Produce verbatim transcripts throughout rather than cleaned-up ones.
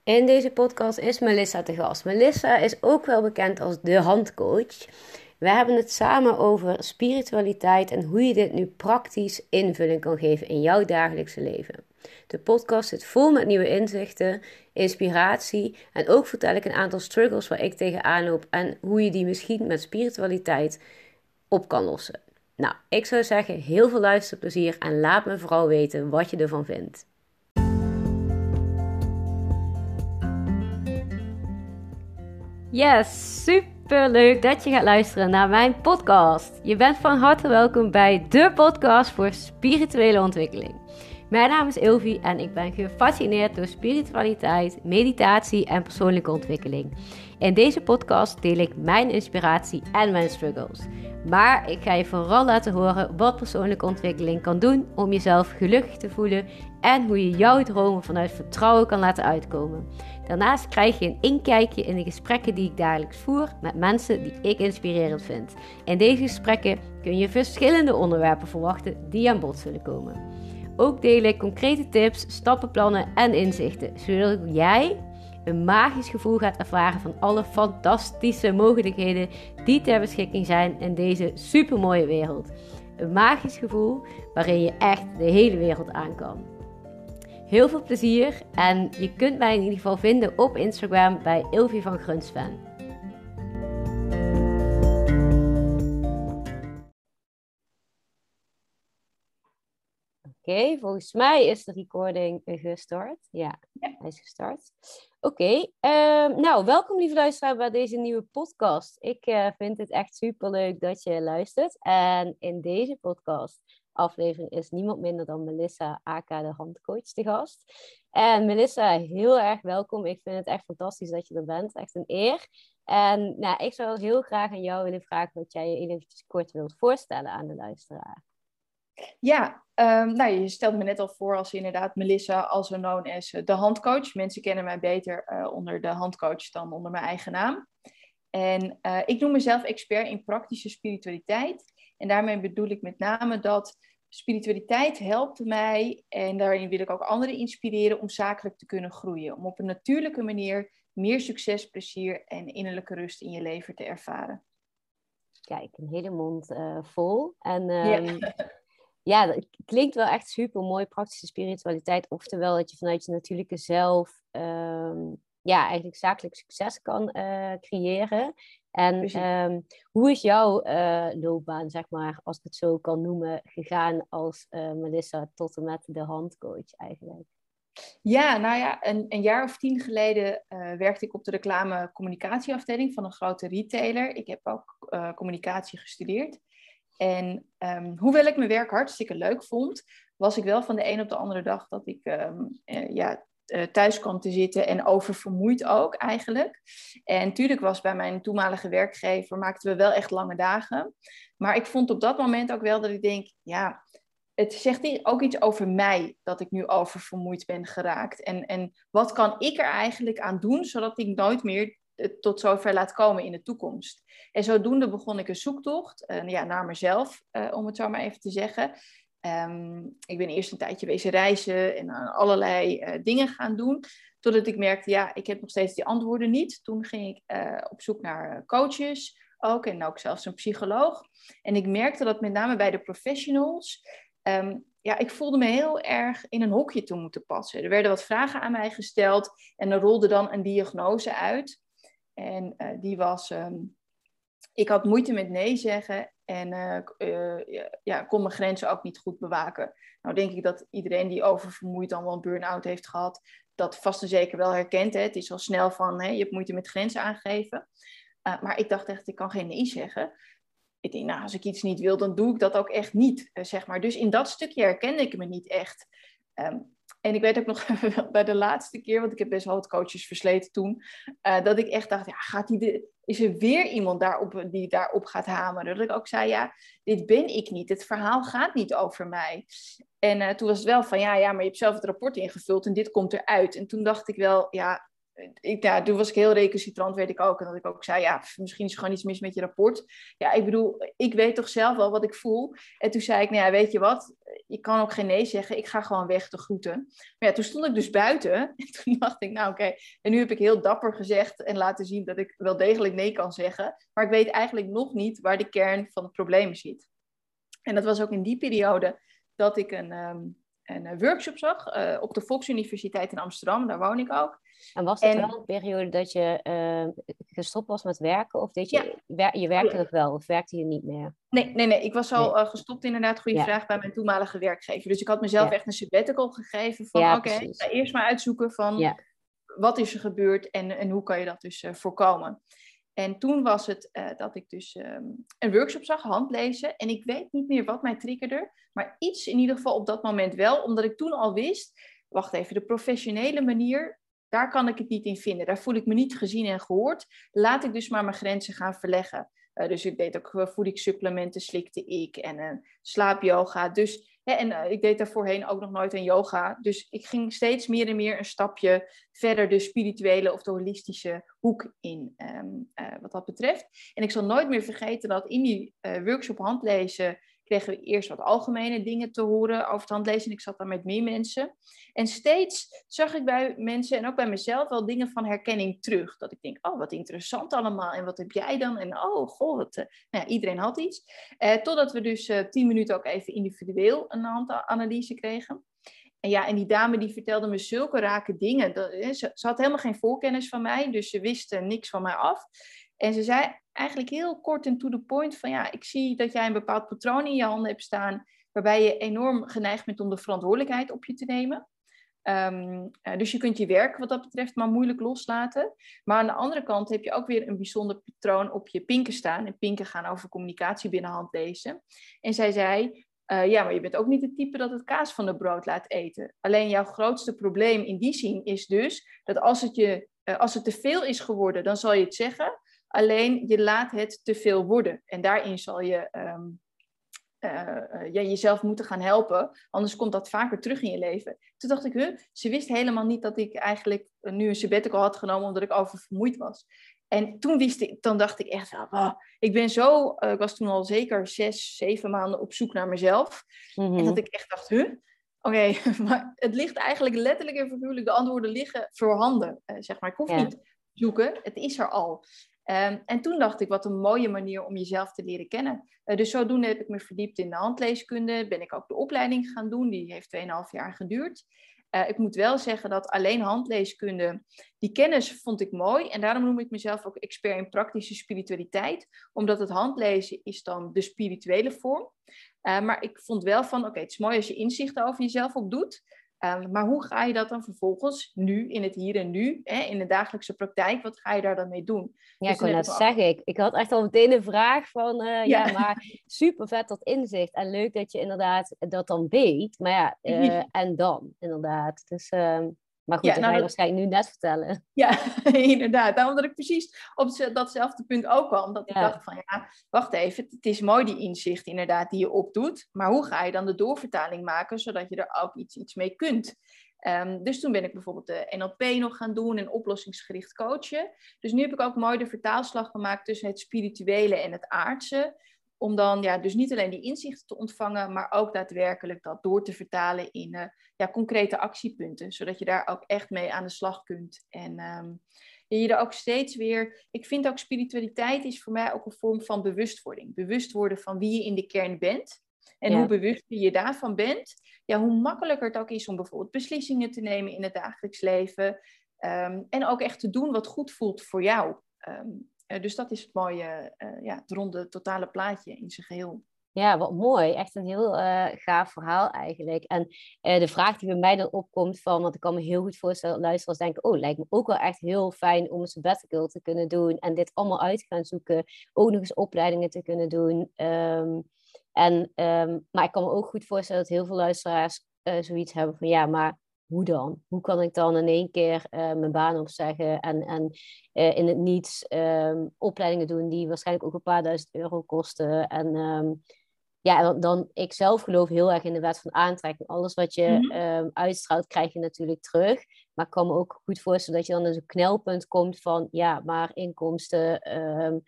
In deze podcast is Melissa te gast. Melissa is ook wel bekend als de handcoach. We hebben het samen over spiritualiteit en hoe je dit nu praktisch invulling kan geven in jouw dagelijkse leven. De podcast zit vol met nieuwe inzichten, inspiratie en ook vertel ik een aantal struggles waar ik tegenaan loop en hoe je die misschien met spiritualiteit op kan lossen. Nou, ik zou zeggen heel veel luisterplezier en laat me vooral weten wat je ervan vindt. Yes, super leuk dat je gaat luisteren naar mijn podcast. Je bent van harte welkom bij de podcast voor spirituele ontwikkeling. Mijn naam is Ilvi en ik ben gefascineerd door spiritualiteit, meditatie en persoonlijke ontwikkeling. In deze podcast deel ik mijn inspiratie en mijn struggles. Maar ik ga je vooral laten horen wat persoonlijke ontwikkeling kan doen om jezelf gelukkig te voelen en hoe je jouw dromen vanuit vertrouwen kan laten uitkomen. Daarnaast krijg je een inkijkje in de gesprekken die ik dagelijks voer met mensen die ik inspirerend vind. In deze gesprekken kun je verschillende onderwerpen verwachten die aan bod zullen komen. Ook deel ik concrete tips, stappenplannen en inzichten, zodat jij een magisch gevoel gaat ervaren van alle fantastische mogelijkheden die ter beschikking zijn in deze supermooie wereld. Een magisch gevoel waarin je echt de hele wereld aan kan. Heel veel plezier en je kunt mij in ieder geval vinden op Instagram bij Ilvi van Grunsven. Oké, okay, volgens mij is de recording gestart. Ja, ja. Hij is gestart. Oké, okay, uh, nou welkom lieve luisteraar bij deze nieuwe podcast. Ik uh, vind het echt super leuk dat je luistert. En in deze podcast aflevering is niemand minder dan Melissa, aka de handcoach, te gast. En Melissa, heel erg welkom. Ik vind het echt fantastisch dat je er bent. Echt een eer. En nou, ik zou heel graag aan jou willen vragen wat jij je eventjes kort wilt voorstellen aan de luisteraar. Ja, um, nou, je stelt me net al voor als inderdaad Melissa, also known as de handcoach. Mensen kennen mij beter uh, onder de handcoach dan onder mijn eigen naam. En uh, ik noem mezelf expert in praktische spiritualiteit. En daarmee bedoel ik met name dat spiritualiteit helpt mij, en daarin wil ik ook anderen inspireren, om zakelijk te kunnen groeien. Om op een natuurlijke manier meer succes, plezier en innerlijke rust in je leven te ervaren. Kijk, een hele mond uh, vol. En um, ja. ja, dat klinkt wel echt super mooi, praktische spiritualiteit. Oftewel dat je vanuit je natuurlijke zelf um, ja, eigenlijk zakelijk succes kan uh, creëren. En um, hoe is jouw uh, loopbaan, zeg maar, als ik het zo kan noemen, gegaan als uh, Melissa tot en met de handcoach eigenlijk? Ja, nou ja, een, een jaar of tien geleden uh, werkte ik op de reclame-communicatieafdeling van een grote retailer. Ik heb ook uh, communicatie gestudeerd. En um, hoewel ik mijn werk hartstikke leuk vond, was ik wel van de een op de andere dag dat ik um, uh, ja, uh, thuis kwam te zitten en oververmoeid ook eigenlijk. En natuurlijk was bij mijn toenmalige werkgever, maakten we wel echt lange dagen. Maar ik vond op dat moment ook wel dat ik denk, ja, het zegt ook iets over mij dat ik nu oververmoeid ben geraakt. En, en wat kan ik er eigenlijk aan doen, zodat ik nooit meer tot zover laat komen in de toekomst. En zodoende begon ik een zoektocht uh, ja, naar mezelf, uh, om het zo maar even te zeggen. Um, ik ben eerst een tijdje wezen reizen en uh, allerlei uh, dingen gaan doen. Totdat ik merkte, ja, ik heb nog steeds die antwoorden niet. Toen ging ik uh, op zoek naar coaches ook en ook zelfs een psycholoog. En ik merkte dat met name bij de professionals, Um, ja, ik voelde me heel erg in een hokje toe moeten passen. Er werden wat vragen aan mij gesteld en er rolde dan een diagnose uit. En uh, die was, um, ik had moeite met nee zeggen en uh, uh, ja, kon mijn grenzen ook niet goed bewaken. Nou denk ik dat iedereen die oververmoeid dan wel een burn-out heeft gehad, dat vast en zeker wel herkent. Hè? Het is al snel van, hè, je hebt moeite met grenzen aangeven. Uh, maar ik dacht echt, ik kan geen nee zeggen. Ik denk, nou, als ik iets niet wil, dan doe ik dat ook echt niet, zeg maar. Dus in dat stukje herkende ik me niet echt. Um, en ik weet ook nog bij de laatste keer, want ik heb best wel wat coaches versleten toen, uh, dat ik echt dacht, ja, gaat die de, is er weer iemand daarop, die daarop gaat hameren? Dat ik ook zei, ja, dit ben ik niet. Het verhaal gaat niet over mij. En uh, toen was het wel van, ja, ja, maar je hebt zelf het rapport ingevuld en dit komt eruit. En toen dacht ik wel, ja, ik, ja, toen was ik heel recalcitrant, weet ik ook. En dat ik ook zei, ja, pff, misschien is er gewoon iets mis met je rapport. Ja, ik bedoel, ik weet toch zelf wel wat ik voel. En toen zei ik, nou ja, weet je wat? Je kan ook geen nee zeggen. Ik ga gewoon weg, de groeten. Maar ja, toen stond ik dus buiten. En toen dacht ik, nou oké. Okay. En nu heb ik heel dapper gezegd en laten zien dat ik wel degelijk nee kan zeggen. Maar ik weet eigenlijk nog niet waar de kern van het probleem zit. En dat was ook in die periode dat ik een, um, een workshop zag uh, op de Volksuniversiteit in Amsterdam. Daar woon ik ook. En was het en, wel een periode dat je uh, gestopt was met werken? Of deed je, ja. wer- je werkte nog wel of werkte je niet meer? Nee, nee, nee. Ik was al nee. uh, gestopt inderdaad, goede ja. vraag, bij mijn toenmalige werkgever. Dus ik had mezelf ja. echt een sabbatical gegeven van ja, oké, okay, ik ga eerst maar uitzoeken van ja. wat is er gebeurd en, en hoe kan je dat dus uh, voorkomen. En toen was het uh, dat ik dus um, een workshop zag, handlezen. En ik weet niet meer wat mij triggerde, maar iets in ieder geval op dat moment wel. Omdat ik toen al wist, wacht even, de professionele manier, daar kan ik het niet in vinden. Daar voel ik me niet gezien en gehoord. Laat ik dus maar mijn grenzen gaan verleggen. Uh, dus ik deed ook uh, voedingssupplementen, slikte ik en uh, slaapyoga. Dus, hè, en uh, ik deed daar voorheen ook nog nooit aan yoga. Dus ik ging steeds meer en meer een stapje verder de spirituele of de holistische hoek in, um, uh, wat dat betreft. En ik zal nooit meer vergeten dat in die uh, workshop handlezen kregen we eerst wat algemene dingen te horen over het handlezen. En ik zat daar met meer mensen. En steeds zag ik bij mensen en ook bij mezelf wel dingen van herkenning terug. Dat ik denk, oh, wat interessant allemaal. En wat heb jij dan? En oh, goh, wat, uh, nou ja, iedereen had iets. Uh, totdat we dus uh, tien minuten ook even individueel een handanalyse kregen. En ja, en die dame die vertelde me zulke rake dingen. Dat, uh, ze, ze had helemaal geen voorkennis van mij, dus ze wist uh, niks van mij af. En ze zei eigenlijk heel kort en to the point van ja, ik zie dat jij een bepaald patroon in je handen hebt staan, waarbij je enorm geneigd bent om de verantwoordelijkheid op je te nemen. Um, uh, dus je kunt je werk wat dat betreft maar moeilijk loslaten. Maar aan de andere kant heb je ook weer een bijzonder patroon op je pinken staan. En pinken gaan over communicatie binnen handlezen. En zij zei, uh, ja, maar je bent ook niet het type dat het kaas van de brood laat eten. Alleen jouw grootste probleem in die zin is dus dat als het, je, uh, als het te veel is geworden, dan zal je het zeggen. Alleen je laat het te veel worden. En daarin zal je um, uh, uh, ja, jezelf moeten gaan helpen. Anders komt dat vaker terug in je leven. Toen dacht ik, huh, ze wist helemaal niet dat ik eigenlijk nu een sabbatical had genomen omdat ik oververmoeid was. En toen wist ik, dan dacht ik echt, oh, ik ben zo, uh, ik was toen al zeker zes, zeven maanden op zoek naar mezelf. Mm-hmm. En dat ik echt dacht, huh? Oké, okay, maar het ligt eigenlijk letterlijk en figuurlijk, de antwoorden liggen voorhanden. Uh, zeg maar, ik hoef ja. niet te zoeken, het is er al. Um, en toen dacht ik, wat een mooie manier om jezelf te leren kennen. Uh, dus zodoende heb ik me verdiept in de handleeskunde. Ben ik ook de opleiding gaan doen. Die heeft twee en een half jaar geduurd. Uh, ik moet wel zeggen dat alleen handleeskunde, die kennis vond ik mooi. En daarom noem ik mezelf ook expert in praktische spiritualiteit. Omdat het handlezen is dan de spirituele vorm. Uh, maar ik vond wel van, oké, okay, het is mooi als je inzichten over jezelf opdoet. Um, maar hoe ga je dat dan vervolgens nu, in het hier en nu, hè, in de dagelijkse praktijk, wat ga je daar dan mee doen? Ja, dus ik kon net zeggen, af... ik, ik had echt al meteen een vraag van, uh, ja. ja, maar super vet dat inzicht. En leuk dat je inderdaad dat dan weet. Maar ja, uh, en dan, inderdaad. Dus, uh, maar goed, ja, dat nou, ga je dat... waarschijnlijk nu net vertellen. Ja, inderdaad. Daarom dat ik precies op datzelfde punt ook kwam. Dat ik ja. dacht van, ja, wacht even. Het is mooi die inzicht inderdaad die je opdoet. Maar hoe ga je dan de doorvertaling maken, zodat je er ook iets, iets mee kunt? Um, dus toen ben ik bijvoorbeeld de N L P nog gaan doen en oplossingsgericht coachen. Dus nu heb ik ook mooi de vertaalslag gemaakt tussen het spirituele en het aardse. Om dan ja, dus niet alleen die inzichten te ontvangen, maar ook daadwerkelijk dat door te vertalen in uh, ja, concrete actiepunten. Zodat je daar ook echt mee aan de slag kunt. En um, je er ook steeds weer... Ik vind ook spiritualiteit is voor mij ook een vorm van bewustwording. Bewust worden van wie je in de kern bent. En ja. hoe bewuster je daarvan bent, ja, hoe makkelijker het ook is om bijvoorbeeld beslissingen te nemen in het dagelijks leven. Um, en ook echt te doen wat goed voelt voor jou. Um, uh, dus dat is het mooie, uh, ja, het ronde totale plaatje in zijn geheel. Ja, wat mooi. Echt een heel uh, gaaf verhaal eigenlijk. En uh, de vraag die bij mij dan opkomt van, want ik kan me heel goed voorstellen dat luisteraars denken, oh, lijkt me ook wel echt heel fijn om een sabbatical te kunnen doen en dit allemaal uit te gaan zoeken. Ook nog eens opleidingen te kunnen doen. Um, en, um, maar ik kan me ook goed voorstellen dat heel veel luisteraars uh, zoiets hebben van, ja, maar hoe dan? Hoe kan ik dan in één keer uh, mijn baan opzeggen en, en uh, in het niets um, opleidingen doen die waarschijnlijk ook een paar duizend euro kosten. En um, ja, dan, dan, ik zelf geloof heel erg in de wet van aantrekking. Alles wat je mm-hmm. um, uitstraalt, krijg je natuurlijk terug. Maar ik kan me ook goed voorstellen dat je dan in zo'n knelpunt komt van, ja, maar inkomsten, um,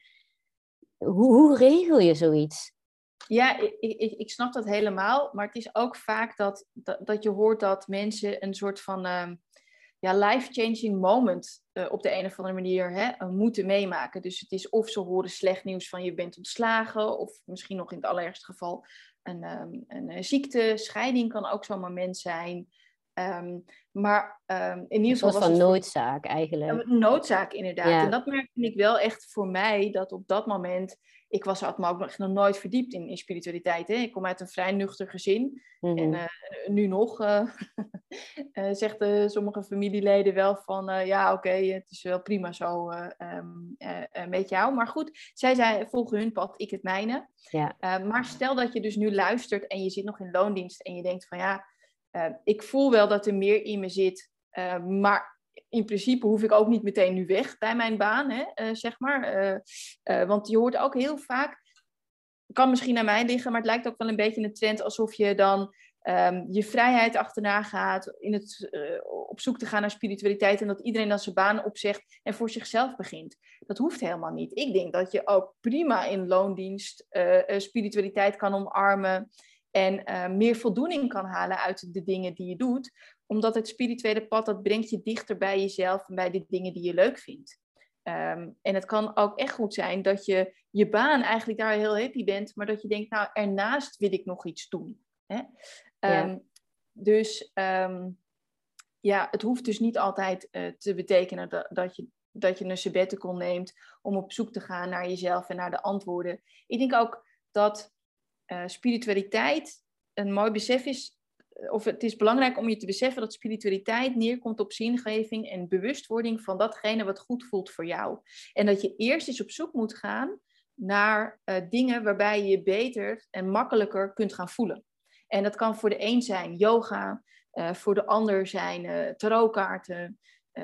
hoe, hoe regel je zoiets? Ja, ik, ik, ik snap dat helemaal. Maar het is ook vaak dat, dat, dat je hoort dat mensen een soort van um, ja, life-changing moment uh, op de een of andere manier hè, moeten meemaken. Dus het is of ze horen slecht nieuws van je bent ontslagen, of misschien nog in het allerergste geval een, um, een, een ziekte. Scheiding kan ook zo'n moment zijn. Um, maar um, in ieder geval was was van het noodzaak eigenlijk. Een noodzaak inderdaad. Ja. En dat merkte ik wel echt voor mij, dat op dat moment... Ik was, had me ook nog, nog nooit verdiept in, in spiritualiteit. Hè. Ik kom uit een vrij nuchter gezin. Mm-hmm. En uh, nu nog uh, uh, zeggen sommige familieleden wel van... Uh, ja, oké, okay, het is wel prima zo uh, um, uh, uh, met jou. Maar goed, zij zei, volgen hun pad, ik het mijne. Ja. Uh, maar stel dat je dus nu luistert en je zit nog in loondienst... en je denkt van ja, uh, ik voel wel dat er meer in me zit... Uh, maar in principe hoef ik ook niet meteen nu weg bij mijn baan, hè, uh, zeg maar. Uh, uh, want je hoort ook heel vaak, kan misschien aan mij liggen, maar het lijkt ook wel een beetje een trend alsof je dan um, je vrijheid achterna gaat, in het, uh, op zoek te gaan naar spiritualiteit en dat iedereen dan zijn baan opzegt en voor zichzelf begint. Dat hoeft helemaal niet. Ik denk dat je ook prima in loondienst uh, uh, spiritualiteit kan omarmen en uh, meer voldoening kan halen uit de dingen die je doet, omdat het spirituele pad, dat brengt je dichter bij jezelf en bij de dingen die je leuk vindt. Um, en het kan ook echt goed zijn dat je je baan eigenlijk daar heel happy bent, maar dat je denkt, nou, ernaast wil ik nog iets doen. Hè? Um, Ja. Dus um, ja, het hoeft dus niet altijd uh, te betekenen dat, dat, je, dat je een sabbatical neemt om op zoek te gaan naar jezelf en naar de antwoorden. Ik denk ook dat uh, spiritualiteit een mooi besef is, of het is belangrijk om je te beseffen dat spiritualiteit neerkomt op zingeving en bewustwording van datgene wat goed voelt voor jou. En dat je eerst eens op zoek moet gaan naar uh, dingen waarbij je je beter en makkelijker kunt gaan voelen. En dat kan voor de een zijn yoga, uh, voor de ander zijn uh, tarotkaarten.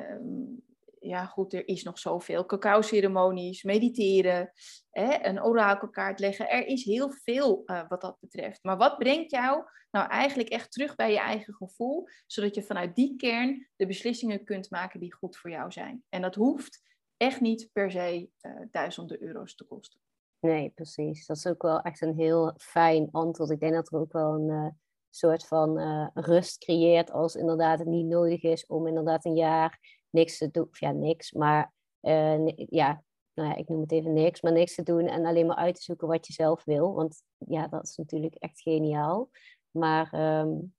Um, ja goed, er is nog zoveel. Cacao-ceremonies, mediteren, hè, een orakelkaart leggen. Er is heel veel uh, wat dat betreft. Maar wat brengt jou nou eigenlijk echt terug bij je eigen gevoel, zodat je vanuit die kern de beslissingen kunt maken die goed voor jou zijn. En dat hoeft echt niet per se uh, duizenden euro's te kosten. Nee, precies. Dat is ook wel echt een heel fijn antwoord. Ik denk dat er ook wel een uh, soort van uh, rust creëert als inderdaad het niet nodig is om inderdaad een jaar niks te doen. Of ja, niks, maar uh, ja, nou ja, ik noem het even niks, maar niks te doen en alleen maar uit te zoeken wat je zelf wil. Want ja, dat is natuurlijk echt geniaal. Maar um,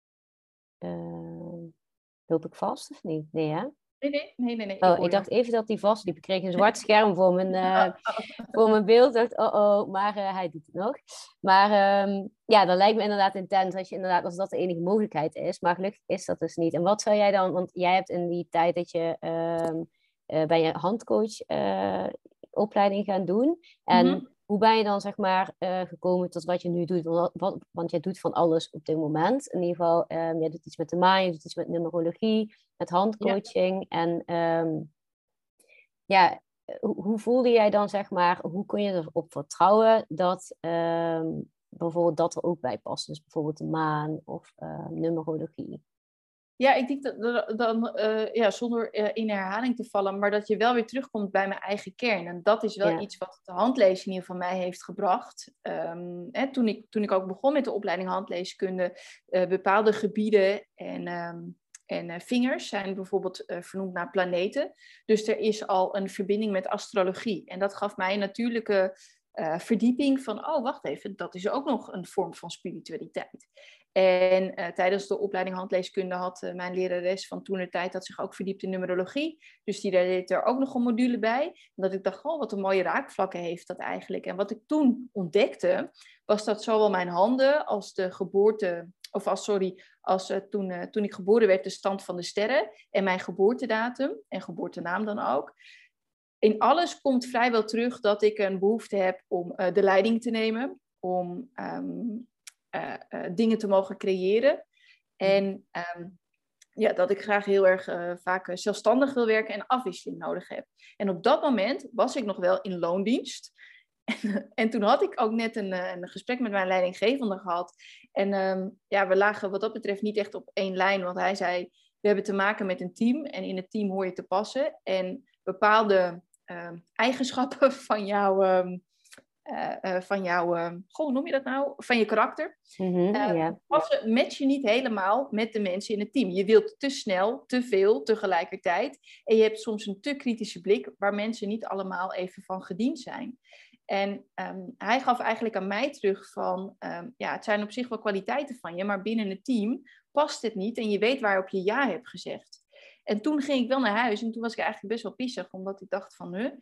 uh, loop ik vast of niet? Nee, hè? Nee, nee, nee, nee. nee. Oh, ik, ik dacht even dat hij vastliep. Ik kreeg een zwart scherm voor mijn, uh, voor mijn beeld. Ik dacht, oh oh, maar uh, hij doet het nog. Maar um, ja, dat lijkt me inderdaad intens als, je inderdaad, als dat de enige mogelijkheid is. Maar gelukkig is dat dus niet. En wat zou jij dan, want jij hebt in die tijd dat je um, uh, bij je handcoach uh, opleiding gaan doen. En mm-hmm. hoe ben je dan zeg maar uh, gekomen tot wat je nu doet? Want, wat, want jij doet van alles op dit moment. In ieder geval, um, jij doet iets met de maan, je doet iets met numerologie, met handcoaching. Ja. En um, ja, hoe, hoe voelde jij dan zeg maar, hoe kun je erop vertrouwen dat um, bijvoorbeeld dat er ook bij past? Dus bijvoorbeeld de maan of uh, numerologie. Ja, ik denk dat dan, uh, ja, zonder uh, in herhaling te vallen, maar dat je wel weer terugkomt bij mijn eigen kern. En dat is wel ja. iets wat de handlezen in ieder geval mij heeft gebracht. Um, hè, toen, ik, toen ik ook begon met de opleiding handleeskunde, uh, bepaalde gebieden en, um, en uh, vingers zijn bijvoorbeeld uh, vernoemd naar planeten. Dus er is al een verbinding met astrologie. En dat gaf mij een natuurlijke uh, verdieping van, oh wacht even, dat is ook nog een vorm van spiritualiteit. En uh, tijdens de opleiding handleeskunde had uh, mijn lerares van toenertijd had zich ook verdiept in numerologie. Dus die deed er ook nog een module bij. En dat ik dacht, oh, wat een mooie raakvlakken heeft dat eigenlijk. En wat ik toen ontdekte, was dat zowel mijn handen als de geboorte, of als, sorry, als uh, toen, uh, toen ik geboren werd, de stand van de sterren en mijn geboortedatum en geboortenaam dan ook. In alles komt vrijwel terug dat ik een behoefte heb om uh, de leiding te nemen, om um, uh, uh, dingen te mogen creëren. En um, ja, dat ik graag heel erg uh, vaak uh, zelfstandig wil werken en afwisseling nodig heb. En op dat moment was ik nog wel in loondienst. En, en toen had ik ook net een, een gesprek met mijn leidinggevende gehad. En um, ja, we lagen wat dat betreft niet echt op één lijn, want hij zei... we hebben te maken met een team en in het team hoor je te passen. En bepaalde uh, eigenschappen van jouw, uh, uh, uh, van jouw uh, goh, hoe noem je dat nou? Van je karakter. Mm-hmm, uh, yeah. passen, match je niet helemaal met de mensen in het team. Je wilt te snel, te veel, tegelijkertijd. En je hebt soms een te kritische blik waar mensen niet allemaal even van gediend zijn. En um, hij gaf eigenlijk aan mij terug van, um, ja, het zijn op zich wel kwaliteiten van je, maar binnen het team past het niet en je weet waarop je ja hebt gezegd. En toen ging ik wel naar huis en toen was ik eigenlijk best wel pissig, omdat ik dacht van, huh,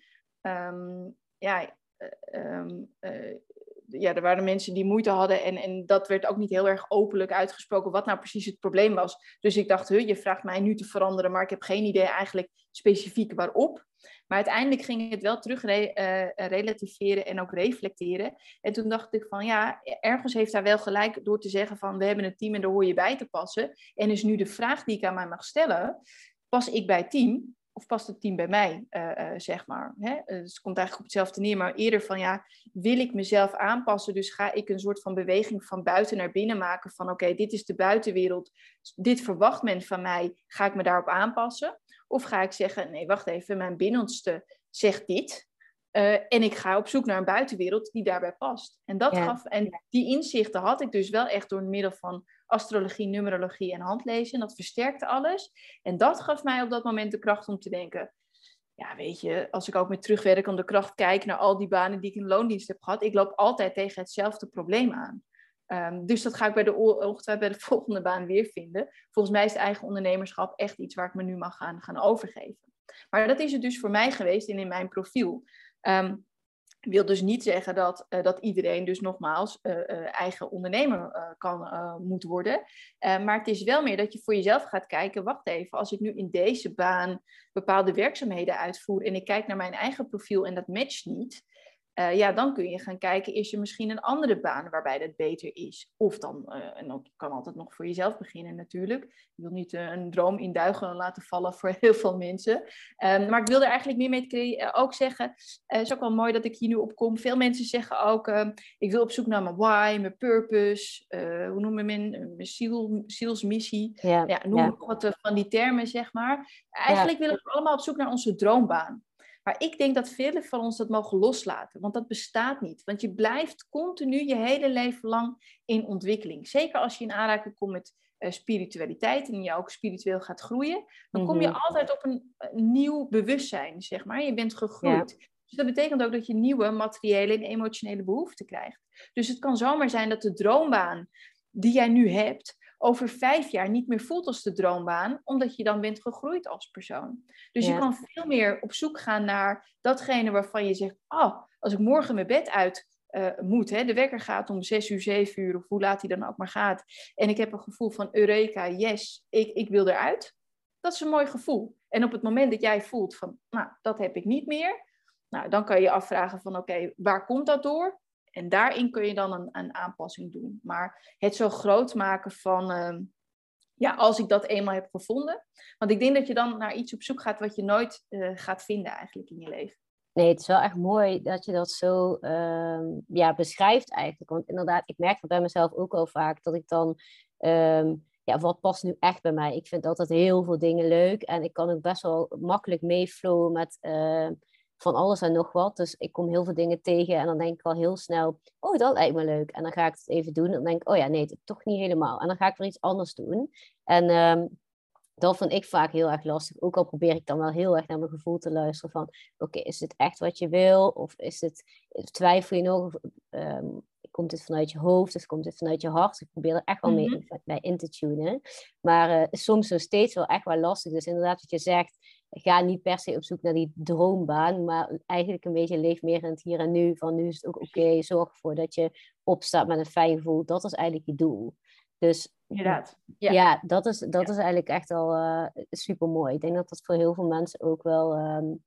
um, ja, uh, um, uh, ja, er waren mensen die moeite hadden en, en dat werd ook niet heel erg openlijk uitgesproken wat nou precies het probleem was. Dus ik dacht, huh, je vraagt mij nu te veranderen, maar ik heb geen idee eigenlijk specifiek waarop. Maar uiteindelijk ging het wel terug re- uh, relativeren en ook reflecteren. En toen dacht ik van ja, ergens heeft hij wel gelijk door te zeggen van we hebben een team en daar hoor je bij te passen. En is nu de vraag die ik aan mij mag stellen, pas ik bij het team of past het team bij mij, uh, uh, zeg maar. Hè? Dus het komt eigenlijk op hetzelfde neer, maar eerder van ja, wil ik mezelf aanpassen? Dus ga ik een soort van beweging van buiten naar binnen maken van oké, okay, dit is de buitenwereld, dit verwacht men van mij, ga ik me daarop aanpassen? Of ga ik zeggen, nee, wacht even, mijn binnenste zegt dit. Uh, en ik ga op zoek naar een buitenwereld die daarbij past. En, dat Ja. gaf, en die inzichten had ik dus wel echt door middel van astrologie, numerologie en handlezen. En dat versterkte alles. En dat gaf mij op dat moment de kracht om te denken, ja, weet je, als ik ook met terugwerkende kracht kijk naar al die banen die ik in loondienst heb gehad, ik loop altijd tegen hetzelfde probleem aan. Um, dus dat ga ik bij de, ongetwijfeld bij de volgende baan weer vinden. Volgens mij is het eigen ondernemerschap echt iets waar ik me nu mag gaan, gaan overgeven. Maar dat is het dus voor mij geweest en in mijn profiel. Um, wil dus niet zeggen dat, uh, dat iedereen dus nogmaals uh, uh, eigen ondernemer uh, kan, uh, moet worden. Uh, maar het is wel meer dat je voor jezelf gaat kijken, wacht even, als ik nu in deze baan bepaalde werkzaamheden uitvoer en ik kijk naar mijn eigen profiel en dat matcht niet, Uh, ja, dan kun je gaan kijken, is er misschien een andere baan waarbij dat beter is? Of dan, uh, en dat kan altijd nog voor jezelf beginnen natuurlijk. Je wil niet uh, een droom in duigen laten vallen voor heel veel mensen. Um, maar ik wil er eigenlijk meer mee te, uh, ook zeggen, uh, het is ook wel mooi dat ik hier nu op kom. Veel mensen zeggen ook, uh, ik wil op zoek naar mijn why, mijn purpose, uh, hoe noem je mijn, mijn ziel, zielsmissie. Ja, ja, noem ja. wat van die termen, zeg maar. Eigenlijk ja. willen we allemaal op zoek naar onze droombaan. Maar ik denk dat velen van ons dat mogen loslaten, want dat bestaat niet. Want je blijft continu je hele leven lang in ontwikkeling. Zeker als je in aanraking komt met uh, spiritualiteit en je ook spiritueel gaat groeien, dan kom je mm-hmm. altijd op een, een nieuw bewustzijn, zeg maar. Je bent gegroeid. Ja. Dus dat betekent ook dat je nieuwe materiële en emotionele behoeften krijgt. Dus het kan zomaar zijn dat de droombaan die jij nu hebt, over vijf jaar niet meer voelt als de droombaan, omdat je dan bent gegroeid als persoon. Dus ja. je kan veel meer op zoek gaan naar datgene waarvan je zegt, oh, als ik morgen mijn bed uit uh, moet, hè, de wekker gaat om zes uur, zeven uur, of hoe laat hij dan ook maar gaat, en ik heb een gevoel van Eureka, yes, ik, ik wil eruit. Dat is een mooi gevoel. En op het moment dat jij voelt van, nou, dat heb ik niet meer, nou, dan kan je je afvragen van, oké, okay, waar komt dat door? En daarin kun je dan een, een aanpassing doen. Maar het zo groot maken van, uh, ja, als ik dat eenmaal heb gevonden. Want ik denk dat je dan naar iets op zoek gaat wat je nooit uh, gaat vinden eigenlijk in je leven. Nee, het is wel echt mooi dat je dat zo uh, ja, beschrijft eigenlijk. Want inderdaad, ik merk dat bij mezelf ook al vaak, dat ik dan, um, ja, wat past nu echt bij mij? Ik vind altijd heel veel dingen leuk en ik kan ook best wel makkelijk meeflowen met Uh, van alles en nog wat. Dus ik kom heel veel dingen tegen en dan denk ik al heel snel, oh, dat lijkt me leuk. En dan ga ik het even doen en dan denk ik, oh ja, nee, toch niet helemaal. En dan ga ik weer iets anders doen. En um, dat vind ik vaak heel erg lastig. Ook al probeer ik dan wel heel erg naar mijn gevoel te luisteren van, oké, okay, is dit echt wat je wil? Of is het, twijfel je nog? Of, um, komt dit vanuit je hoofd of komt dit vanuit je hart? Ik probeer er echt wel mee mm-hmm. bij in te tunen. Maar uh, soms nog steeds wel echt wel lastig. Dus inderdaad wat je zegt, ga niet per se op zoek naar die droombaan, maar eigenlijk een beetje leef meer in het hier en nu. Van nu is het ook oké, okay, zorg ervoor dat je opstaat met een fijn gevoel. Dat is eigenlijk je doel. Dus inderdaad. Ja, ja dat, is, dat ja. is eigenlijk echt al uh, super mooi. Ik denk dat dat voor heel veel mensen ook wel um,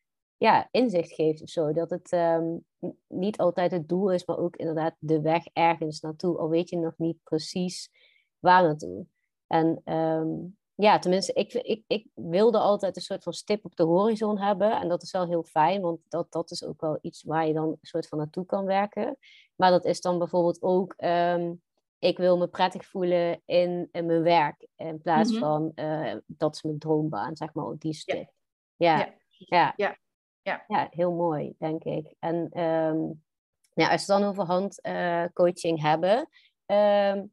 ja, inzicht geeft of zo. Dat het um, niet altijd het doel is, maar ook inderdaad de weg ergens naartoe. Al weet je nog niet precies waar naartoe. En um, ja, tenminste, ik, ik, ik wilde altijd een soort van stip op de horizon hebben. En dat is wel heel fijn, want dat, dat is ook wel iets waar je dan een soort van naartoe kan werken. Maar dat is dan bijvoorbeeld ook um, ik wil me prettig voelen in, in mijn werk. In plaats Mhm. van, uh, dat is mijn droombaan, zeg maar, op die stuk. Ja. Ja, ja. Ja. Ja. Ja, heel mooi, denk ik. En um, ja, als we het dan over handcoaching uh, hebben... Um,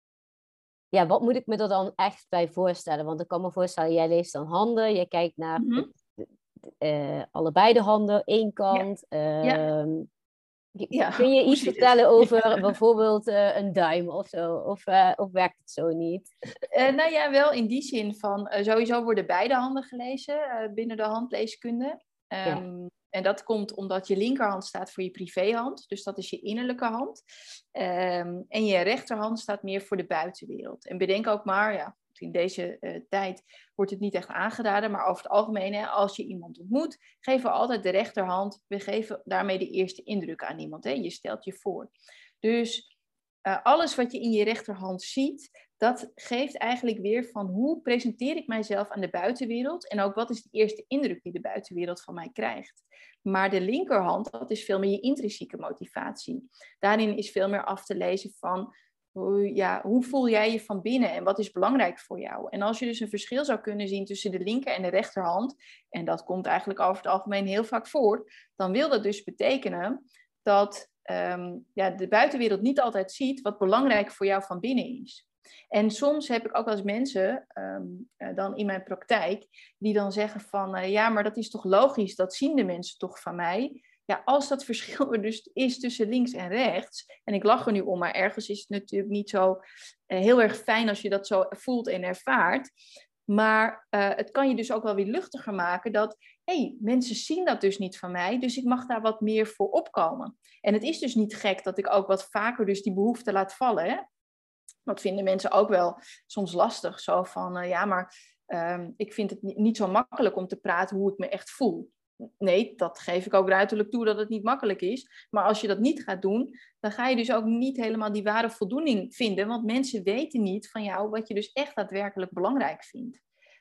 ja, wat moet ik me er dan echt bij voorstellen? Want ik kan me voorstellen, jij leest dan handen, je kijkt naar Mm-hmm. het, uh, allebei de handen, één kant. Ja. Ja. Um, Ja. Kun je Hoe iets zit vertellen het? over Ja. bijvoorbeeld uh, een duim of zo? Of, uh, of werkt het zo niet? Uh, nou ja, wel in die zin van, uh, sowieso worden beide handen gelezen uh, binnen de handleeskunde. Um, Ja. En dat komt omdat je linkerhand staat voor je privéhand. Dus dat is je innerlijke hand. Um, en je rechterhand staat meer voor de buitenwereld. En bedenk ook maar, ja, in deze uh, tijd wordt het niet echt aangeraden. Maar over het algemeen, hè, als je iemand ontmoet, geven we altijd de rechterhand. We geven daarmee de eerste indruk aan iemand. Hè. Je stelt je voor. Dus uh, alles wat je in je rechterhand ziet, dat geeft eigenlijk weer van hoe presenteer ik mijzelf aan de buitenwereld. En ook wat is de eerste indruk die de buitenwereld van mij krijgt. Maar de linkerhand, dat is veel meer je intrinsieke motivatie. Daarin is veel meer af te lezen van, hoe, ja, hoe voel jij je van binnen en wat is belangrijk voor jou? En als je dus een verschil zou kunnen zien tussen de linker en de rechterhand, en dat komt eigenlijk over het algemeen heel vaak voor, dan wil dat dus betekenen dat um, ja, de buitenwereld niet altijd ziet wat belangrijk voor jou van binnen is. En soms heb ik ook wel eens mensen um, uh, dan in mijn praktijk die dan zeggen van uh, ja, maar dat is toch logisch, dat zien de mensen toch van mij. Ja, als dat verschil er dus is tussen links en rechts, en ik lach er nu om, maar ergens is het natuurlijk niet zo uh, heel erg fijn als je dat zo voelt en ervaart. Maar uh, het kan je dus ook wel weer luchtiger maken dat, hé, hey, mensen zien dat dus niet van mij, dus ik mag daar wat meer voor opkomen. En het is dus niet gek dat ik ook wat vaker dus die behoefte laat vallen, hè? Dat vinden mensen ook wel soms lastig. Zo van, uh, ja, maar um, ik vind het niet, niet zo makkelijk om te praten hoe ik me echt voel. Nee, dat geef ik ook ruiterlijk toe dat het niet makkelijk is. Maar als je dat niet gaat doen, dan ga je dus ook niet helemaal die ware voldoening vinden. Want mensen weten niet van jou wat je dus echt daadwerkelijk belangrijk vindt.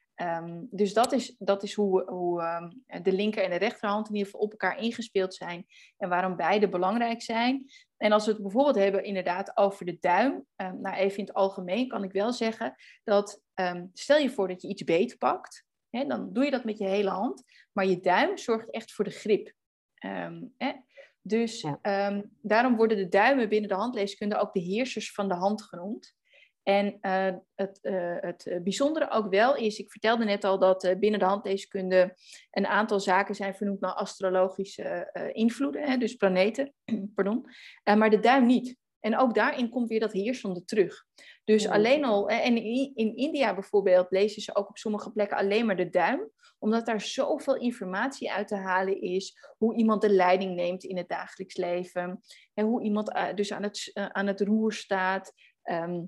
Um, dus dat is, dat is hoe, hoe um, de linker en de rechterhand in ieder geval op elkaar ingespeeld zijn. En waarom beide belangrijk zijn. En als we het bijvoorbeeld hebben inderdaad over de duim. Um, nou even in het algemeen kan ik wel zeggen dat um, stel je voor dat je iets beetpakt. Hè, dan doe je dat met je hele hand. Maar je duim zorgt echt voor de grip. Um, hè? Dus ja. um, daarom worden de duimen binnen de handleeskunde ook de heersers van de hand genoemd. En uh, het, uh, het bijzondere ook wel is, ik vertelde net al dat uh, binnen de handleeskunde een aantal zaken zijn vernoemd naar astrologische uh, invloeden, hè, dus planeten, pardon, uh, maar de duim niet. En ook daarin komt weer dat heersende terug. Dus ja. alleen al, en in, in India bijvoorbeeld lezen ze ook op sommige plekken alleen maar de duim, omdat daar zoveel informatie uit te halen is, hoe iemand de leiding neemt in het dagelijks leven, en hoe iemand uh, dus aan het, uh, aan het roer staat, um,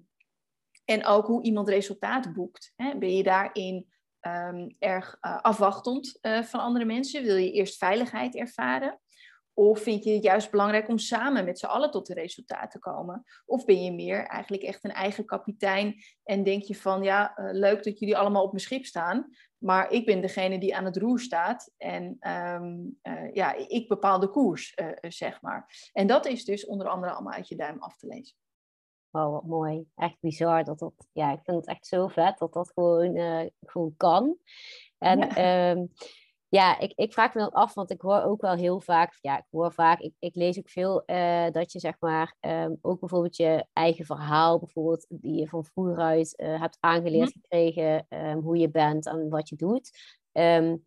en ook hoe iemand resultaat boekt. Hè? Ben je daarin um, erg uh, afwachtend uh, van andere mensen? Wil je eerst veiligheid ervaren? Of vind je het juist belangrijk om samen met z'n allen tot de resultaat te komen? Of ben je meer eigenlijk echt een eigen kapitein en denk je van, ja, uh, leuk dat jullie allemaal op mijn schip staan, maar ik ben degene die aan het roer staat en um, uh, ja, ik bepaal de koers, uh, zeg maar. En dat is dus onder andere allemaal uit je duim af te lezen. Oh, wat mooi. Echt bizar dat dat... Ja, ik vind het echt zo vet dat dat gewoon, uh, gewoon kan. En ja, um, ja ik, ik vraag me dan af, want ik hoor ook wel heel vaak... Ja, ik hoor vaak... Ik, ik lees ook veel uh, dat je zeg maar... Um, ook bijvoorbeeld je eigen verhaal, bijvoorbeeld die je van vroeger uit uh, hebt aangeleerd mm-hmm. gekregen, um, hoe je bent en wat je doet, um,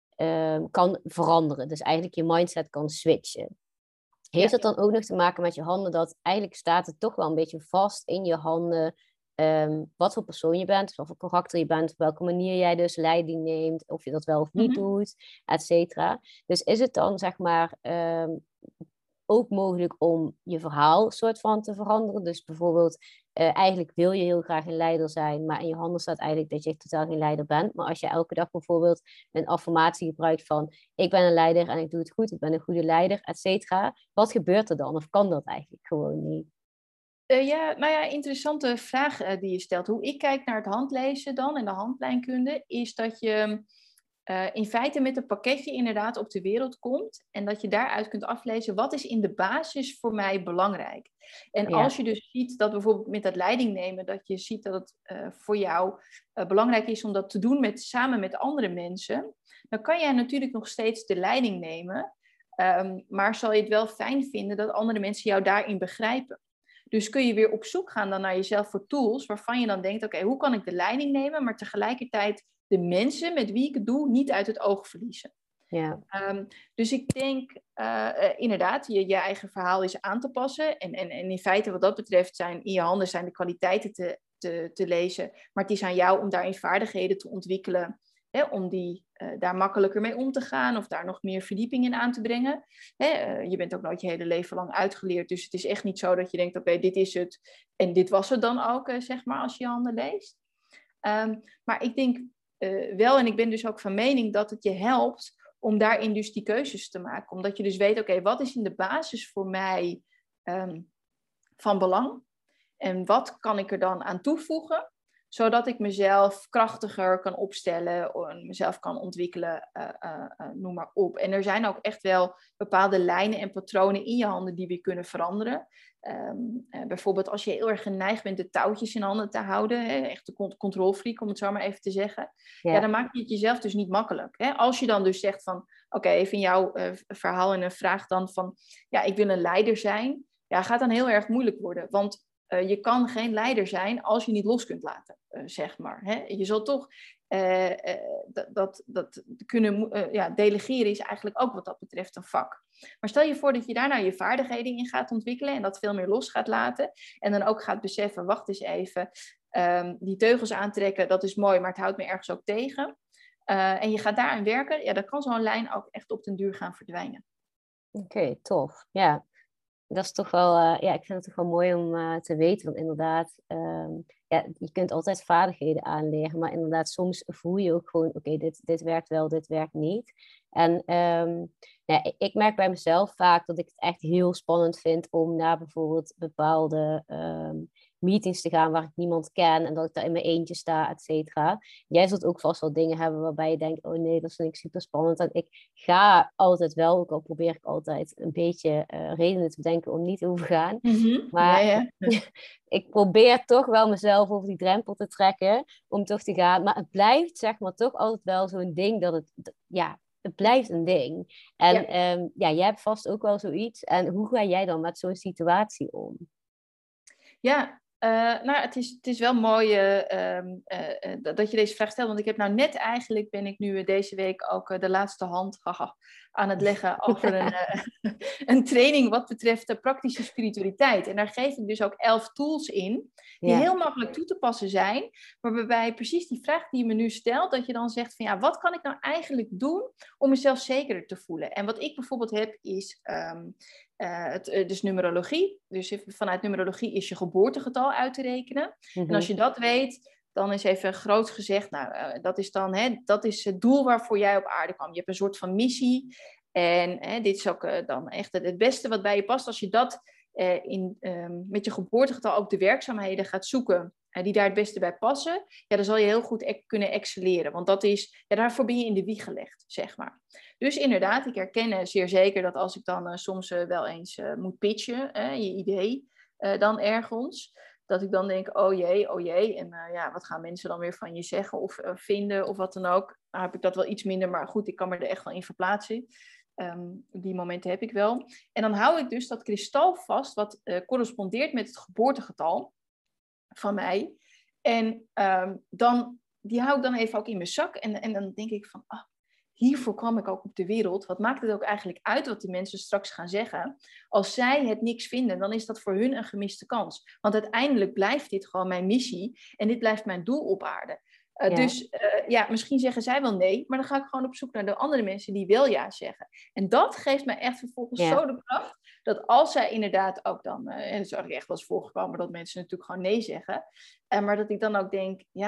um, kan veranderen. Dus eigenlijk je mindset kan switchen. Heeft het ja. dan ook nog te maken met je handen, dat eigenlijk staat het toch wel een beetje vast in je handen um, wat voor persoon je bent, wat voor karakter je bent, op welke manier jij dus leiding neemt, of je dat wel of niet mm-hmm. doet, et cetera. Dus is het dan zeg maar um, ook mogelijk om je verhaal soort van te veranderen? Dus bijvoorbeeld, uh, eigenlijk wil je heel graag een leider zijn, maar in je handen staat eigenlijk dat je totaal geen leider bent. Maar als je elke dag bijvoorbeeld een affirmatie gebruikt van ik ben een leider en ik doe het goed, ik ben een goede leider, et cetera. Wat gebeurt er dan? Of kan dat eigenlijk gewoon niet? Uh, ja, nou ja, interessante vraag uh, die je stelt. Hoe ik kijk naar het handlezen dan en de handlijnkunde, is dat je uh, in feite met een pakketje inderdaad op de wereld komt. En dat je daaruit kunt aflezen, wat is in de basis voor mij belangrijk? En Ja. als je dus ziet dat bijvoorbeeld met dat leiding nemen, dat je ziet dat het uh, voor jou uh, belangrijk is om dat te doen met, samen met andere mensen, dan kan jij natuurlijk nog steeds de leiding nemen. Um, maar zal je het wel fijn vinden dat andere mensen jou daarin begrijpen. Dus kun je weer op zoek gaan dan naar jezelf voor tools waarvan je dan denkt, oké, okay, hoe kan ik de leiding nemen, maar tegelijkertijd de mensen met wie ik het doe niet uit het oog verliezen. Ja. Um, dus ik denk uh, uh, inderdaad, je, je eigen verhaal is aan te passen. En, en, en in feite wat dat betreft zijn in je handen zijn de kwaliteiten te, te, te lezen. Maar het is aan jou om daarin vaardigheden te ontwikkelen. Hè, om die, uh, daar makkelijker mee om te gaan of daar nog meer verdieping in aan te brengen. Hè, uh, je bent ook nooit je hele leven lang uitgeleerd. Dus het is echt niet zo dat je denkt, oké, okay, dit is het. En dit was het dan ook, uh, zeg maar, als je je handen leest. Um, maar ik denk uh, wel, en ik ben dus ook van mening dat het je helpt om daarin dus die keuzes te maken. Omdat je dus weet, oké, okay, wat is in de basis voor mij um, van belang? En wat kan ik er dan aan toevoegen? Zodat ik mezelf krachtiger kan opstellen, mezelf kan ontwikkelen, uh, uh, uh, noem maar op. En er zijn ook echt wel bepaalde lijnen en patronen in je handen die weer kunnen veranderen. Um, uh, bijvoorbeeld als je heel erg geneigd bent de touwtjes in handen te houden, hè, echt de controlfreak om het zo maar even te zeggen. Ja, ja dan maak je het jezelf dus niet makkelijk. Hè? Als je dan dus zegt van, oké, okay, even in jouw uh, verhaal en een vraag dan van, ja, ik wil een leider zijn. Ja, gaat dan heel erg moeilijk worden, want Uh, je kan geen leider zijn als je niet los kunt laten, uh, zeg maar. Hè? Je zal toch uh, uh, dat, dat, dat kunnen uh, ja, delegeren is eigenlijk ook wat dat betreft een vak. Maar stel je voor dat je daar nou je vaardigheden in gaat ontwikkelen en dat veel meer los gaat laten. En dan ook gaat beseffen, wacht eens even, um, die teugels aantrekken, dat is mooi, maar het houdt me ergens ook tegen. Uh, en je gaat daaraan werken, ja, dan kan zo'n lijn ook echt op den duur gaan verdwijnen. Oké, okay, tof. Ja. Dat is toch wel, uh, ja, ik vind het toch wel mooi om uh, te weten. Want inderdaad, um, ja, je kunt altijd vaardigheden aanleren. Maar inderdaad, soms voel je ook gewoon, oké, okay, dit, dit werkt wel, dit werkt niet. En um, ja, ik, ik merk bij mezelf vaak dat ik het echt heel spannend vind om naar bijvoorbeeld bepaalde um, meetings te gaan waar ik niemand ken. En dat ik daar in mijn eentje sta, et cetera. Jij zult ook vast wel dingen hebben waarbij je denkt, oh nee, dat vind ik super spannend. En ik ga altijd wel, ook al probeer ik altijd een beetje uh, redenen te bedenken om niet te hoeven gaan. Mm-hmm. Maar ja, ja. ik probeer toch wel mezelf over die drempel te trekken om toch te gaan. Maar het blijft zeg maar toch altijd wel zo'n ding dat het, ja, het blijft een ding. En ja. Um, ja, jij hebt vast ook wel zoiets. En hoe ga jij dan met zo'n situatie om? Ja, uh, nou, het is, het is wel mooi uh, um, uh, dat je deze vraag stelt. Want ik heb nou net eigenlijk, ben ik nu deze week ook uh, de laatste hand haha, aan het leggen over een, uh, een training wat betreft uh, praktische spiritualiteit. En daar geef ik dus ook elf tools in, die ja. heel makkelijk toe te passen zijn. Maar waarbij precies die vraag die je me nu stelt, dat je dan zegt van ja, wat kan ik nou eigenlijk doen om mezelf zekerder te voelen? En wat ik bijvoorbeeld heb is... Um, Uh, het, uh, dus numerologie. Dus even, vanuit numerologie is je geboortegetal uit te rekenen. Mm-hmm. En als je dat weet, dan is even groot gezegd, nou, uh, dat is dan hè, dat is het doel waarvoor jij op aarde kwam. Je hebt een soort van missie. En hè, dit is ook uh, dan echt het, het beste wat bij je past. Als je dat uh, in, um, met je geboortegetal ook de werkzaamheden gaat zoeken, uh, die daar het beste bij passen, ja, dan zal je heel goed e- kunnen excelleren. Want dat is, ja, daarvoor ben je in de wieg gelegd, zeg maar. Dus inderdaad, ik herken zeer zeker dat als ik dan uh, soms uh, wel eens uh, moet pitchen, uh, je idee, uh, dan ergens, dat ik dan denk, oh jee, oh jee, en uh, ja, wat gaan mensen dan weer van je zeggen of uh, vinden of wat dan ook. Nou heb ik dat wel iets minder, maar goed, ik kan me er echt wel in verplaatsen. Um, die momenten heb ik wel. En dan hou ik dus dat kristal vast, wat uh, correspondeert met het geboortegetal van mij. En um, dan, die hou ik dan even ook in mijn zak en, en dan denk ik van, ah, hiervoor kwam ik ook op de wereld. Wat maakt het ook eigenlijk uit wat die mensen straks gaan zeggen? Als zij het niks vinden, dan is dat voor hun een gemiste kans. Want uiteindelijk blijft dit gewoon mijn missie. En dit blijft mijn doel op aarde. Uh, ja. Dus uh, ja, misschien zeggen zij wel nee. Maar dan ga ik gewoon op zoek naar de andere mensen die wel ja zeggen. En dat geeft mij echt vervolgens ja. zo de kracht. Dat als zij inderdaad ook dan... Uh, en het is eigenlijk echt wel eens voorgekomen dat mensen natuurlijk gewoon nee zeggen. Uh, maar dat ik dan ook denk, ja...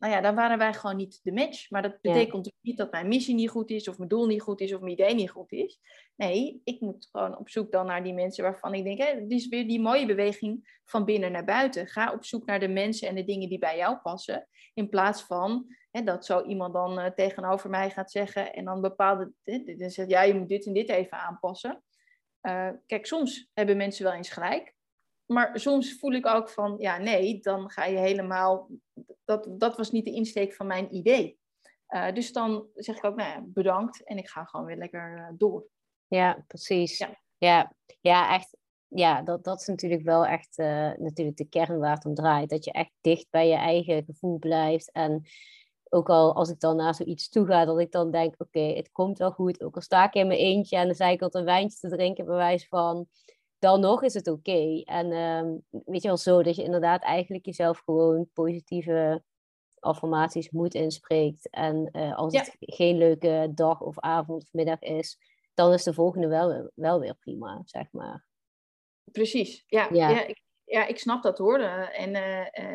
nou ja, dan waren wij gewoon niet de match. Maar dat betekent ja. niet dat mijn missie niet goed is, of mijn doel niet goed is, of mijn idee niet goed is. Nee, ik moet gewoon op zoek dan naar die mensen waarvan ik denk, hé, dit is weer die mooie beweging van binnen naar buiten. Ga op zoek naar de mensen en de dingen die bij jou passen. In plaats van hè, dat zo iemand dan uh, tegenover mij gaat zeggen en dan bepaalde, uh, dan zegt, ja, je moet dit en dit even aanpassen. Uh, kijk, soms hebben mensen wel eens gelijk. Maar soms voel ik ook van, ja, nee, dan ga je helemaal... Dat, dat was niet de insteek van mijn idee. Uh, dus dan zeg ik ook, nou ja, bedankt. En ik ga gewoon weer lekker uh, door. Ja, precies. Ja, ja, ja echt. Ja, dat, dat is natuurlijk wel echt uh, natuurlijk de kern waar het om draait. Dat je echt dicht bij je eigen gevoel blijft. En ook al als ik dan naar zoiets toe ga, dat ik dan denk, oké, okay, het komt wel goed. Ook al sta ik in mijn eentje en dan zei ik altijd een wijntje te drinken, bij wijze van... Dan nog is het oké. Okay. En um, weet je wel zo, dat je inderdaad eigenlijk jezelf gewoon positieve affirmaties moet inspreekt. En uh, als ja. het geen leuke dag of avond of middag is, dan is de volgende wel, wel weer prima, zeg maar. Precies, ja. ja. ja ik, ja, ik snap dat hoor. En, uh, uh,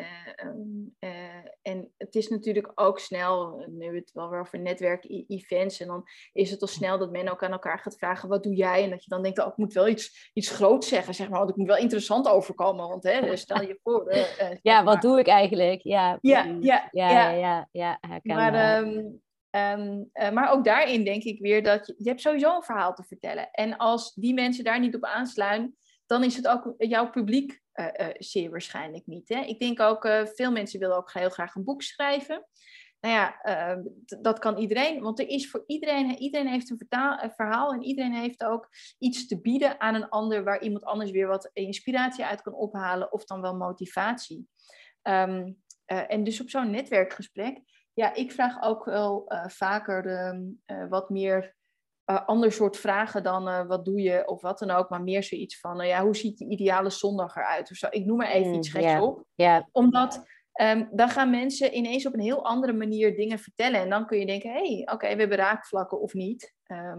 uh, en het is natuurlijk ook snel, nu hebben we het wel weer over netwerk-events, en dan is het al snel dat men ook aan elkaar gaat vragen, wat doe jij? En dat je dan denkt, oh, ik moet wel iets, iets groots zeggen, zeg maar, want ik moet wel interessant overkomen, want hè, stel je voor. Uh, uh, ja, wat doe ik eigenlijk? Ja, ja, ja, ja, ja, ja, ja, ja maar, um, um, uh, maar ook daarin denk ik weer dat je, je hebt sowieso een verhaal te vertellen. En als die mensen daar niet op aansluiten, dan is het ook jouw publiek uh, uh, zeer waarschijnlijk niet. Hè? Ik denk ook, uh, veel mensen willen ook heel graag een boek schrijven. Nou ja, uh, d- dat kan iedereen, want er is voor iedereen, iedereen heeft een, vertaal, een verhaal en iedereen heeft ook iets te bieden aan een ander, waar iemand anders weer wat inspiratie uit kan ophalen of dan wel motivatie. Um, uh, en dus op zo'n netwerkgesprek, ja, ik vraag ook wel uh, vaker um, uh, wat meer... Uh, ander soort vragen dan uh, wat doe je of wat dan ook, maar meer zoiets van, uh, ja, hoe ziet je ideale zondag eruit? Of zo. Ik noem maar even mm, iets geks yeah. op. Yeah. Omdat um, dan gaan mensen ineens op een heel andere manier dingen vertellen. En dan kun je denken, hé, hey, oké, okay, we hebben raakvlakken of niet.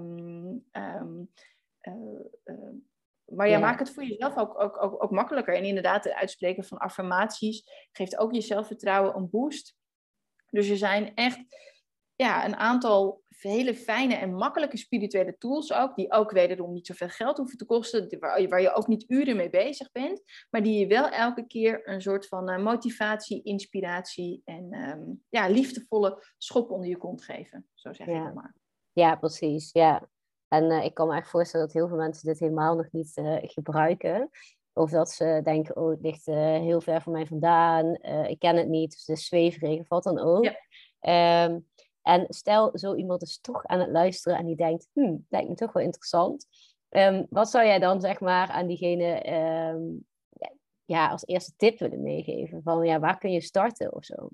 Um, um, uh, uh, maar ja, yeah. maak het voor jezelf ook, ook, ook, ook makkelijker. En inderdaad, het uitspreken van affirmaties geeft ook je zelfvertrouwen een boost. Dus er zijn echt... Ja, een aantal hele fijne en makkelijke spirituele tools ook, die ook wederom niet zoveel geld hoeven te kosten, waar, waar je ook niet uren mee bezig bent, maar die je wel elke keer een soort van uh, motivatie, inspiratie en um, ja, liefdevolle schop onder je kont geven. Zo zeg ja. ik het maar. Ja, precies. Ja. En uh, ik kan me echt voorstellen dat heel veel mensen dit helemaal nog niet uh, gebruiken. Of dat ze denken, oh, het ligt uh, heel ver van mij vandaan, uh, ik ken het niet, dus het is zweverig of wat dan ook. Ja. Um, En stel, zo iemand is toch aan het luisteren en die denkt, hm, lijkt me toch wel interessant. Um, wat zou jij dan, zeg maar, aan diegene um, ja, als eerste tip willen meegeven? Van, ja, waar kun je starten of zo?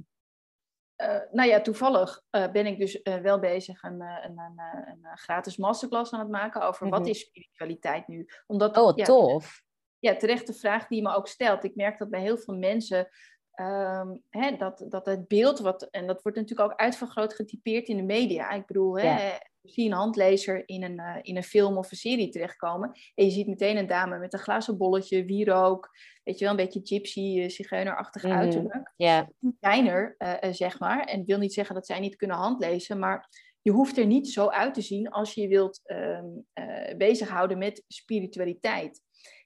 Uh, nou ja, toevallig uh, ben ik dus uh, wel bezig een, een, een, een, een gratis masterclass aan het maken over mm-hmm. wat is spiritualiteit nu. Omdat, oh, ja, tof. Ja, terecht de vraag die je me ook stelt. Ik merk dat bij heel veel mensen... Um, hè, dat, dat het beeld, wat, en dat wordt natuurlijk ook uitvergroot getypeerd in de media. Ik bedoel, hè, yeah. je ziet een handlezer in een, uh, in een film of een serie terechtkomen. En je ziet meteen een dame met een glazen bolletje, wierook. Weet je wel, een beetje gypsy, uh, zigeunerachtig mm-hmm. uiterlijk. Yeah. Kleiner, uh, uh, zeg maar. En ik wil niet zeggen dat zij niet kunnen handlezen, maar je hoeft er niet zo uit te zien als je je wilt um, uh, bezighouden met spiritualiteit.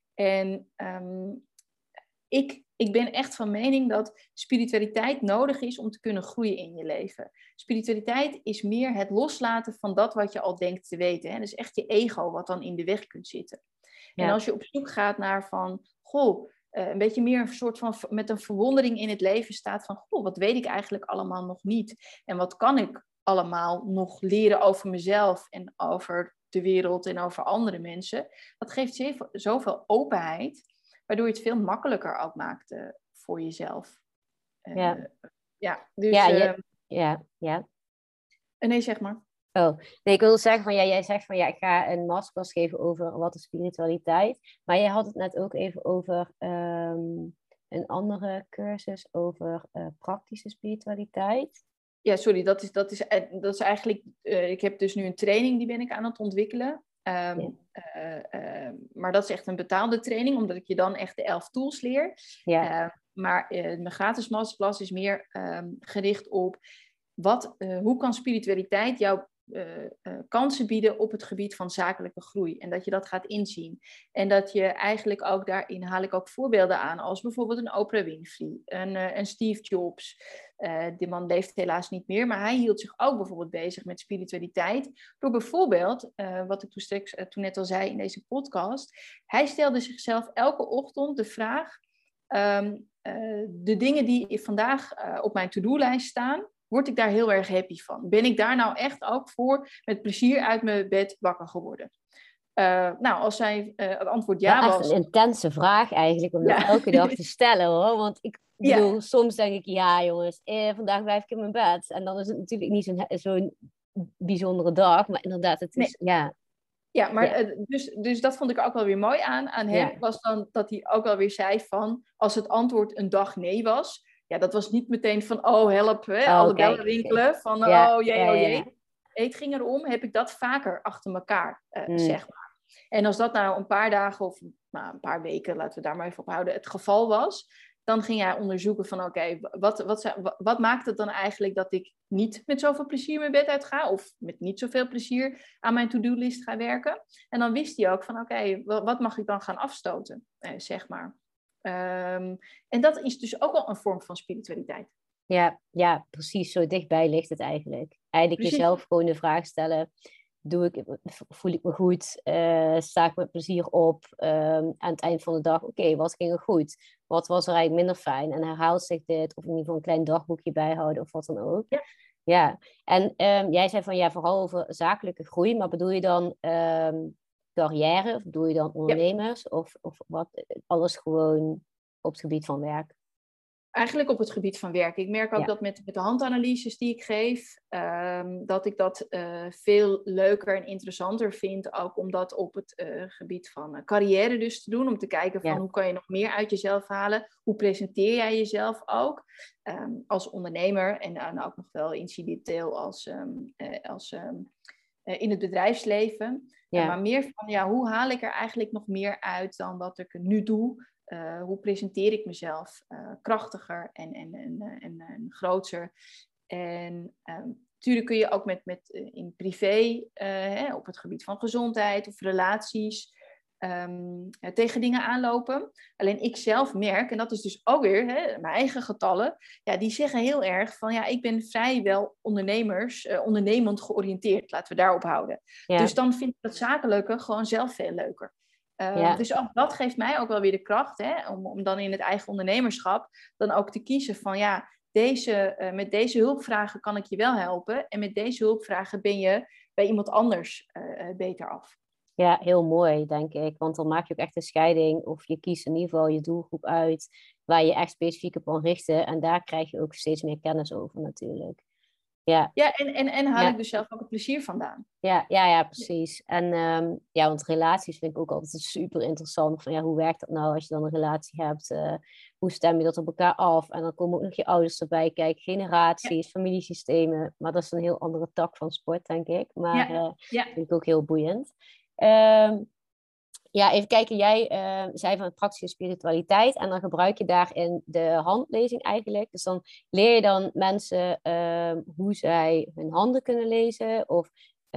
En um, ik... Ik ben echt van mening dat spiritualiteit nodig is om te kunnen groeien in je leven. Spiritualiteit is meer het loslaten van dat wat je al denkt te weten. Hè? Dat is echt je ego wat dan in de weg kunt zitten. Ja. En als je op zoek gaat naar van, goh, een beetje meer een soort van met een verwondering in het leven staat van, goh, wat weet ik eigenlijk allemaal nog niet? En wat kan ik allemaal nog leren over mezelf en over de wereld en over andere mensen? Dat geeft zoveel openheid, waardoor je het veel makkelijker ook maakt uh, voor jezelf. Uh, ja. Ja, dus... Ja, je, uh, ja, ja. Nee, zeg maar. Oh, nee, ik wil zeggen van, ja, jij zegt van, ja, ik ga een masterclass geven over wat is spiritualiteit. Maar jij had het net ook even over um, een andere cursus over uh, praktische spiritualiteit. Ja, sorry, dat is, dat is, dat is eigenlijk... Uh, ik heb dus nu een training, die ben ik aan het ontwikkelen. Um, ja. uh, uh, maar dat is echt een betaalde training, omdat ik je dan echt de elf tools leer. Ja. Uh, maar uh, mijn gratis masterclass is meer um, gericht op wat, uh, hoe kan spiritualiteit jou uh, uh, kansen bieden op het gebied van zakelijke groei. En dat je dat gaat inzien. En dat je eigenlijk ook daarin haal ik ook voorbeelden aan, als bijvoorbeeld een Oprah Winfrey, een, uh, een Steve Jobs. Uh, die man leeft helaas niet meer, maar hij hield zich ook bijvoorbeeld bezig met spiritualiteit. Door bijvoorbeeld, uh, wat ik toen, straks, uh, toen net al zei in deze podcast, hij stelde zichzelf elke ochtend de vraag, um, uh, de dingen die vandaag uh, op mijn to-do-lijst staan, word ik daar heel erg happy van? Ben ik daar nou echt ook voor met plezier uit mijn bed wakker geworden? Uh, nou, als zij uh, het antwoord ja was... was... Echt een intense vraag eigenlijk, om ja. dat elke dag te stellen, hoor. Want ik bedoel, ja. soms denk ik, ja jongens, eh, vandaag blijf ik in mijn bed. En dan is het natuurlijk niet zo'n, zo'n bijzondere dag, maar inderdaad, het is, nee. ja... Ja, maar ja. Uh, dus, dus dat vond ik ook wel weer mooi aan, aan hem, ja. was dan dat hij ook wel weer zei van, als het antwoord een dag nee was, ja, dat was niet meteen van, oh help, hè, oh, alle bellen rinkelen, van ja. oh jee, ja, oh jee. Ja, ja. Het ging erom, heb ik dat vaker achter elkaar, uh, mm. zeg maar. En als dat nou een paar dagen of nou, een paar weken, laten we daar maar even op houden, het geval was, dan ging hij onderzoeken van, oké, okay, wat, wat, wat, wat maakt het dan eigenlijk dat ik niet met zoveel plezier mijn bed uit ga, of met niet zoveel plezier aan mijn to-do-list ga werken. En dan wist hij ook van, oké, okay, wat mag ik dan gaan afstoten, eh, zeg maar. Um, en dat is dus ook wel een vorm van spiritualiteit. Ja, ja, precies. Zo dichtbij ligt het eigenlijk. Eigenlijk precies. Jezelf gewoon de vraag stellen, doe ik, voel ik me goed? Uh, sta ik met plezier op? Um, aan het eind van de dag, oké, okay, wat ging er goed? Wat was er eigenlijk minder fijn? En herhaalt zich dit? Of in ieder geval een klein dagboekje bijhouden of wat dan ook. Ja. Ja. En um, jij zei van, ja, vooral over zakelijke groei. Maar bedoel je dan um, carrière? Of bedoel je dan ondernemers? Ja. Of, of wat? Alles gewoon op het gebied van werk? Eigenlijk op het gebied van werk. Ik merk ook ja. dat met, met de handanalyses die ik geef, um, dat ik dat uh, veel leuker en interessanter vind. Ook om dat op het uh, gebied van uh, carrière dus te doen. Om te kijken van ja. hoe kan je nog meer uit jezelf halen. Hoe presenteer jij jezelf ook um, als ondernemer. En dan uh, ook nog wel incidenteel als, um, uh, als um, uh, in het bedrijfsleven. Ja. Uh, maar meer van ja, hoe haal ik er eigenlijk nog meer uit dan wat ik nu doe. Uh, hoe presenteer ik mezelf uh, krachtiger en, en, en, en, en groter. En um, natuurlijk kun je ook met, met, uh, in privé, uh, hè, op het gebied van gezondheid of relaties, um, uh, tegen dingen aanlopen. Alleen ik zelf merk, en dat is dus ook weer hè, mijn eigen getallen, ja, die zeggen heel erg van ja, ik ben vrijwel ondernemers, uh, ondernemend georiënteerd. Laten we daarop houden. Ja. Dus dan vind ik het zakelijke gewoon zelf veel leuker. Uh, ja. Dus ook dat geeft mij ook wel weer de kracht, hè, om, om dan in het eigen ondernemerschap dan ook te kiezen van ja, deze, uh, met deze hulpvragen kan ik je wel helpen en met deze hulpvragen ben je bij iemand anders uh, beter af. Ja, heel mooi, denk ik, want dan maak je ook echt een scheiding of je kiest in ieder geval je doelgroep uit waar je echt specifiek op kan richten en daar krijg je ook steeds meer kennis over natuurlijk. Ja, ja en, en, en haal ja. ik dus zelf ook het plezier vandaan. Ja, ja, ja precies. En um, ja, want relaties vind ik ook altijd super interessant. Van ja, hoe werkt dat nou als je dan een relatie hebt? Uh, hoe stem je dat op elkaar af? En dan komen ook nog je ouders erbij kijken. Generaties, ja. familiesystemen. Maar dat is een heel andere tak van sport, denk ik. Maar ja. Uh, ja. vind ik ook heel boeiend. Um, Ja, even kijken. Jij uh, zei van praktische spiritualiteit en dan gebruik je daarin de handlezing eigenlijk. Dus dan leer je dan mensen uh, hoe zij hun handen kunnen lezen of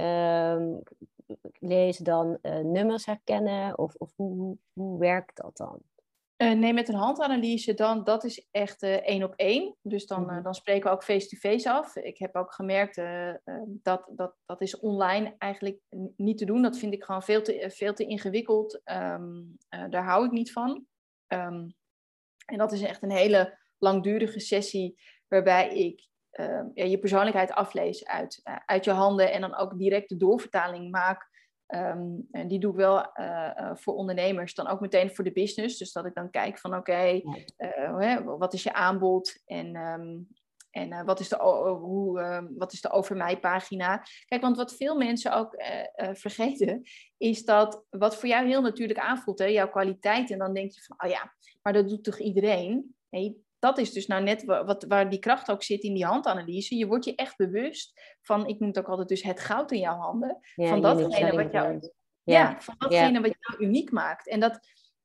uh, leer je ze dan uh, nummers herkennen of, of hoe, hoe, hoe werkt dat dan? Uh, nee, met een handanalyse dan, dat is echt uh, één op één. Dus dan, uh, dan spreken we ook face-to-face af. Ik heb ook gemerkt uh, uh, dat, dat dat is online eigenlijk niet te doen. Dat vind ik gewoon veel te, veel te ingewikkeld. Um, uh, daar hou ik niet van. Um, en dat is echt een hele langdurige sessie waarbij ik uh, ja, je persoonlijkheid aflees uit, uh, uit je handen en dan ook direct de doorvertaling maak. Um, en die doe ik wel uh, uh, voor ondernemers, dan ook meteen voor de business. Dus dat ik dan kijk van oké, okay, uh, wat is je aanbod en, um, en uh, wat, is de, uh, hoe, uh, wat is de over mij pagina. Kijk, want wat veel mensen ook uh, uh, vergeten, is dat wat voor jou heel natuurlijk aanvoelt, hè, jouw kwaliteit. En dan denk je van, oh ja, maar dat doet toch iedereen? Nee, dat is dus nou net wat, waar die kracht ook zit in die handanalyse. Je wordt je echt bewust van, ik noem het ook altijd dus het goud in jouw handen. Ja, van datgene wat jou, ja. Ja, van datgene ja. wat jou uniek maakt. En dat,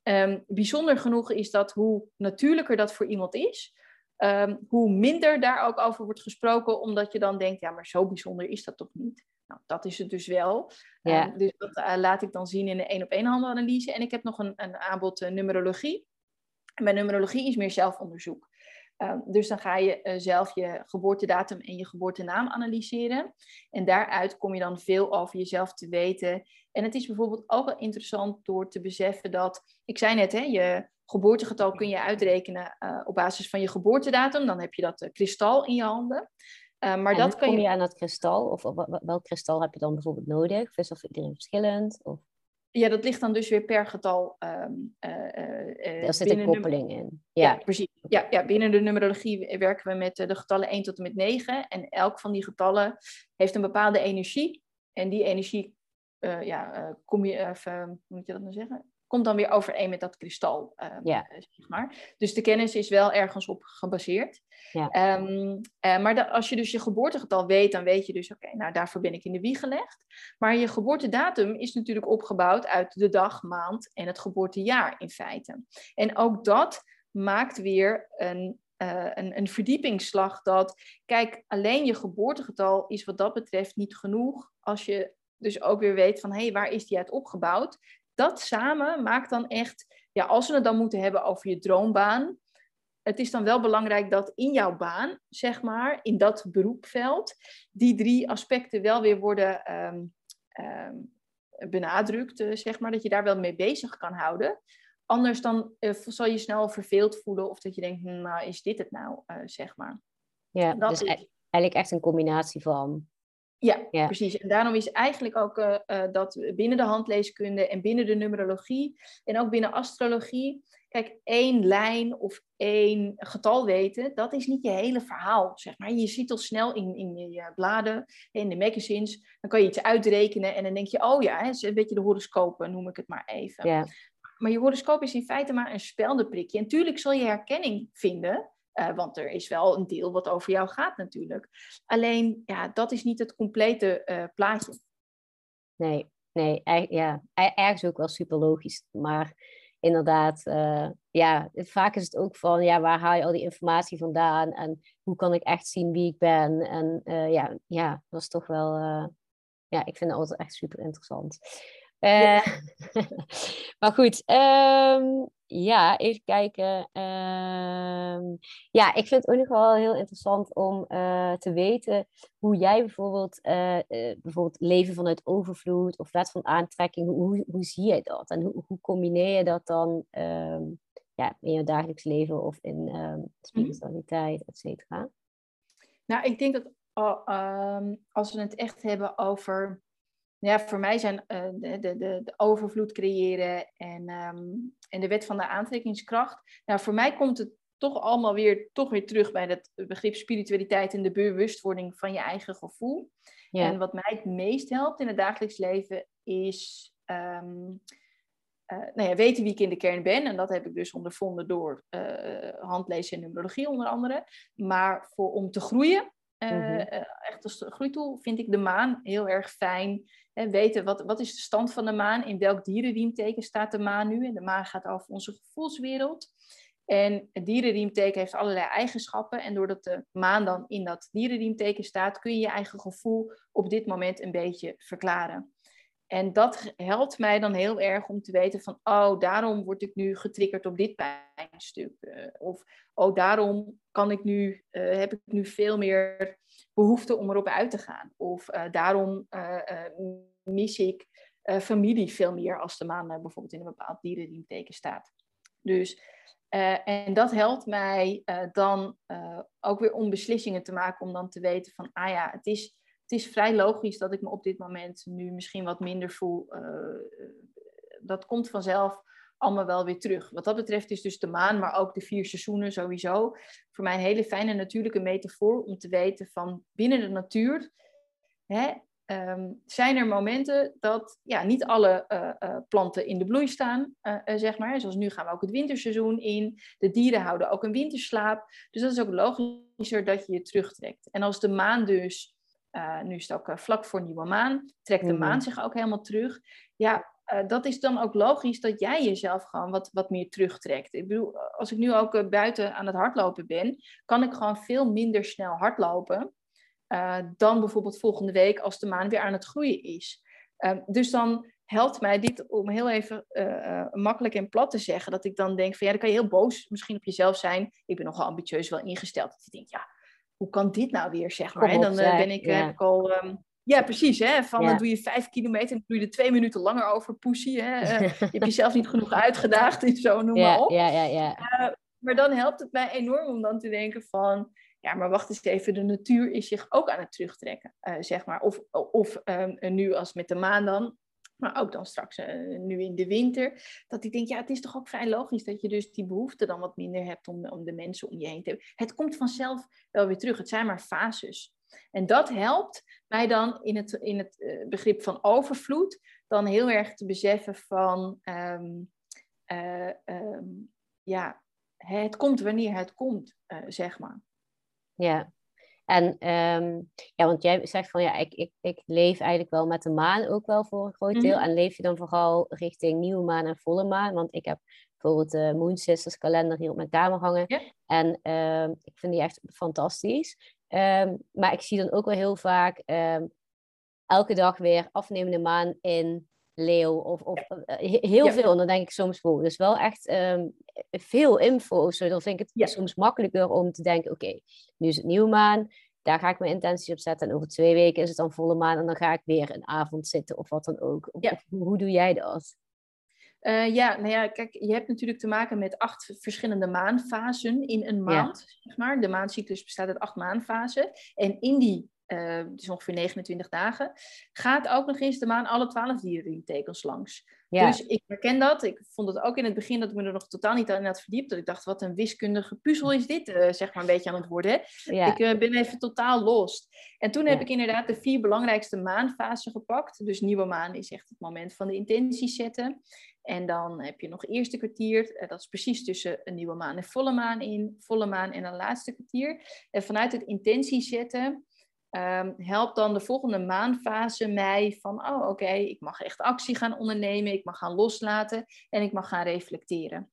Um, bijzonder genoeg is dat hoe natuurlijker dat voor iemand is, um, hoe minder daar ook over wordt gesproken, omdat je dan denkt, ja, maar zo bijzonder is dat toch niet? Nou, dat is het dus wel. Ja. Um, dus dat uh, laat ik dan zien in de één-op-één handelanalyse. En ik heb nog een, een aanbod uh, numerologie. En bij numerologie is meer zelfonderzoek. Um, dus dan ga je uh, zelf je geboortedatum en je geboortenaam analyseren. En daaruit kom je dan veel over jezelf te weten. En het is bijvoorbeeld ook wel interessant door te beseffen dat... Ik zei net, hè, je geboortegetal kun je uitrekenen uh, op basis van je geboortedatum. Dan heb je dat uh, kristal in je handen. Uh, maar en dat kan kom je je aan dat kristal? Of, of welk kristal heb je dan bijvoorbeeld nodig? Of is dat voor iedereen verschillend? Of... Ja, dat ligt dan dus weer per getal. Um, uh, uh, Daar zit een koppeling in. Ja, ja precies. Ja, ja, binnen de numerologie werken we met de getallen één tot en met negen. En elk van die getallen heeft een bepaalde energie. En die energie, uh, ja, uh, kom je, uh, hoe moet je dat nou zeggen? Komt dan weer overeen met dat kristal, um, ja. uh, zeg maar. Dus de kennis is wel ergens op gebaseerd. Ja. Um, uh, maar da- als je dus je geboortegetal weet, dan weet je dus, oké, okay, nou daarvoor ben ik in de wieg gelegd. Maar je geboortedatum is natuurlijk opgebouwd uit de dag, maand en het geboortejaar in feite. En ook dat maakt weer een, uh, een, een verdiepingsslag dat, kijk, alleen je geboortegetal is wat dat betreft niet genoeg. Als je dus ook weer weet van, hé, hey, waar is die uit opgebouwd? Dat samen maakt dan echt, ja, als we het dan moeten hebben over je droombaan, het is dan wel belangrijk dat in jouw baan, zeg maar, in dat beroepveld, die drie aspecten wel weer worden um, um, benadrukt, uh, zeg maar, dat je daar wel mee bezig kan houden. Anders dan uh, zal je snel verveeld voelen of dat je denkt, nou, is dit het nou, uh, zeg maar. Ja, dat dus is... eigenlijk echt een combinatie van... Ja, ja, precies. En daarom is eigenlijk ook uh, uh, dat binnen de handleeskunde en binnen de numerologie en ook binnen astrologie, kijk, één lijn of één getal weten, dat is niet je hele verhaal, zeg maar. Je ziet al snel in, in je bladen, in de magazines, dan kan je iets uitrekenen en dan denk je, oh ja, het is een beetje de horoscopen, noem ik het maar even. Ja. Maar je horoscoop is in feite maar een speldenprikje. En natuurlijk zal je herkenning vinden, Uh, want er is wel een deel wat over jou gaat natuurlijk. Alleen, ja, dat is niet het complete uh, plaatje. Nee, nee, ja, ergens ook wel super logisch. Maar inderdaad, uh, ja, vaak is het ook van, ja, waar haal je al die informatie vandaan? En hoe kan ik echt zien wie ik ben? En uh, ja, ja, dat is toch wel, uh, ja, ik vind het altijd echt super interessant. Uh, ja. Maar goed, um, ja, even kijken. Um, ja, ik vind het ook nog wel heel interessant om uh, te weten hoe jij bijvoorbeeld, uh, uh, bijvoorbeeld leven vanuit overvloed of wet van aantrekking, hoe, hoe zie jij dat? En hoe, hoe combineer je dat dan um, ja, in je dagelijks leven of in um, spiritualiteit, et cetera? Nou, ik denk dat uh, um, als we het echt hebben over... Ja, voor mij zijn uh, de, de, de overvloed creëren en, um, en de wet van de aantrekkingskracht. Nou, voor mij komt het toch allemaal weer, toch weer terug bij het begrip spiritualiteit en de bewustwording van je eigen gevoel. Ja. En wat mij het meest helpt in het dagelijks leven is um, uh, nou ja, weten wie ik in de kern ben. En dat heb ik dus ondervonden door uh, handlezen en numerologie onder andere. Maar voor, om te groeien, Uh, mm-hmm. uh, echt als groeitool vind ik de maan heel erg fijn. Hè, weten wat, wat is de stand van de maan, in welk dierenriemteken staat de maan nu. En de maan gaat over onze gevoelswereld. En het dierenriemteken heeft allerlei eigenschappen. En doordat de maan dan in dat dierenriemteken staat, kun je je eigen gevoel op dit moment een beetje verklaren. En dat helpt mij dan heel erg om te weten van, oh, daarom word ik nu getriggerd op dit pijnstuk. Uh, of, oh, daarom kan ik nu, uh, heb ik nu veel meer behoefte om erop uit te gaan. Of uh, daarom uh, uh, mis ik uh, familie veel meer als de maan uh, bijvoorbeeld in een bepaald dierenriemteken staat. Dus, uh, en dat helpt mij uh, dan uh, ook weer om beslissingen te maken, om dan te weten van, ah ja, het is... Het is vrij logisch dat ik me op dit moment nu misschien wat minder voel. Uh, dat komt vanzelf allemaal wel weer terug. Wat dat betreft is dus de maan, maar ook de vier seizoenen sowieso, voor mij een hele fijne natuurlijke metafoor om te weten van binnen de natuur, hè, um, zijn er momenten dat ja, niet alle uh, uh, planten in de bloei staan, uh, uh, zeg maar. Zoals nu gaan we ook het winterseizoen in. De dieren houden ook een winterslaap. Dus dat is ook logischer dat je je terugtrekt. En als de maan dus... Uh, nu is het ook uh, vlak voor nieuwe maan. Trekt de maan zich ook helemaal terug. Ja, uh, dat is dan ook logisch dat jij jezelf gewoon wat, wat meer terugtrekt. Ik bedoel, als ik nu ook uh, buiten aan het hardlopen ben, kan ik gewoon veel minder snel hardlopen uh, dan bijvoorbeeld volgende week als de maan weer aan het groeien is. Uh, dus dan helpt mij dit om heel even uh, uh, makkelijk en plat te zeggen, dat ik dan denk van ja, dan kan je heel boos misschien op jezelf zijn. Ik ben nogal ambitieus wel ingesteld. Dat je denkt, ja, hoe kan dit nou weer, zeg maar. Hè? Dan uh, ben ik, ja. heb ik al... Um, ja, precies. Hè? Van, ja. Dan doe je vijf kilometer en dan doe je er twee minuten langer over poesie. Hè? Uh, je hebt jezelf niet genoeg uitgedaagd en zo, noem ja, maar op. Ja, ja, ja. Uh, maar dan helpt het mij enorm om dan te denken van... Ja, maar wacht eens even, de natuur is zich ook aan het terugtrekken, uh, zeg maar. Of, of um, nu als met de maan dan... Maar ook dan straks uh, nu in de winter. Dat ik denk, ja, het is toch ook vrij logisch dat je dus die behoefte dan wat minder hebt om, om de mensen om je heen te hebben. Het komt vanzelf wel weer terug. Het zijn maar fases. En dat helpt mij dan in het, in het uh, begrip van overvloed. Dan heel erg te beseffen van, um, uh, um, ja, het komt wanneer het komt, uh, zeg maar. Ja. En um, ja, want jij zegt van ja, ik, ik, ik leef eigenlijk wel met de maan ook wel voor een groot deel. Mm-hmm. En leef je dan vooral richting nieuwe maan en volle maan? Want ik heb bijvoorbeeld de Moon Sisters kalender hier op mijn kamer hangen. Yeah. En um, ik vind die echt fantastisch. Um, maar ik zie dan ook wel heel vaak um, elke dag weer afnemende maan in Leeuw. Of, of uh, heel ja. veel. En dan denk ik soms, wow, dus wel echt um, veel info. Zo, dan vind ik het ja. soms makkelijker om te denken, oké, okay, nu is het nieuwe maan. Daar ga ik mijn intentie op zetten. En over twee weken is het dan volle maan. En dan ga ik weer een avond zitten of wat dan ook. Of, ja. of, hoe, hoe doe jij dat? Uh, ja, nou ja, kijk, je hebt natuurlijk te maken met acht verschillende maanfasen in een maand. Ja. Zeg maar. De maancyclus bestaat uit acht maanfasen. En in die Uh, dus ongeveer negenentwintig dagen, gaat ook nog eens de maan alle twaalf dierentekens langs. Ja. Dus ik herken dat. Ik vond het ook in het begin dat ik me er nog totaal niet aan had verdiept. Dat ik dacht, wat een wiskundige puzzel is dit, uh, zeg maar een beetje aan het worden. Hè? Ja. Ik uh, ben even totaal lost. En toen ja. heb ik inderdaad de vier belangrijkste maanfasen gepakt. Dus nieuwe maan is echt het moment van de intentie zetten. En dan heb je nog eerste kwartier. Uh, dat is precies tussen een nieuwe maan en volle maan in. Volle maan en een laatste kwartier. En vanuit het intentie zetten... Um, helpt dan de volgende maanfase mij van, oh oké, okay, ik mag echt actie gaan ondernemen, ik mag gaan loslaten en ik mag gaan reflecteren.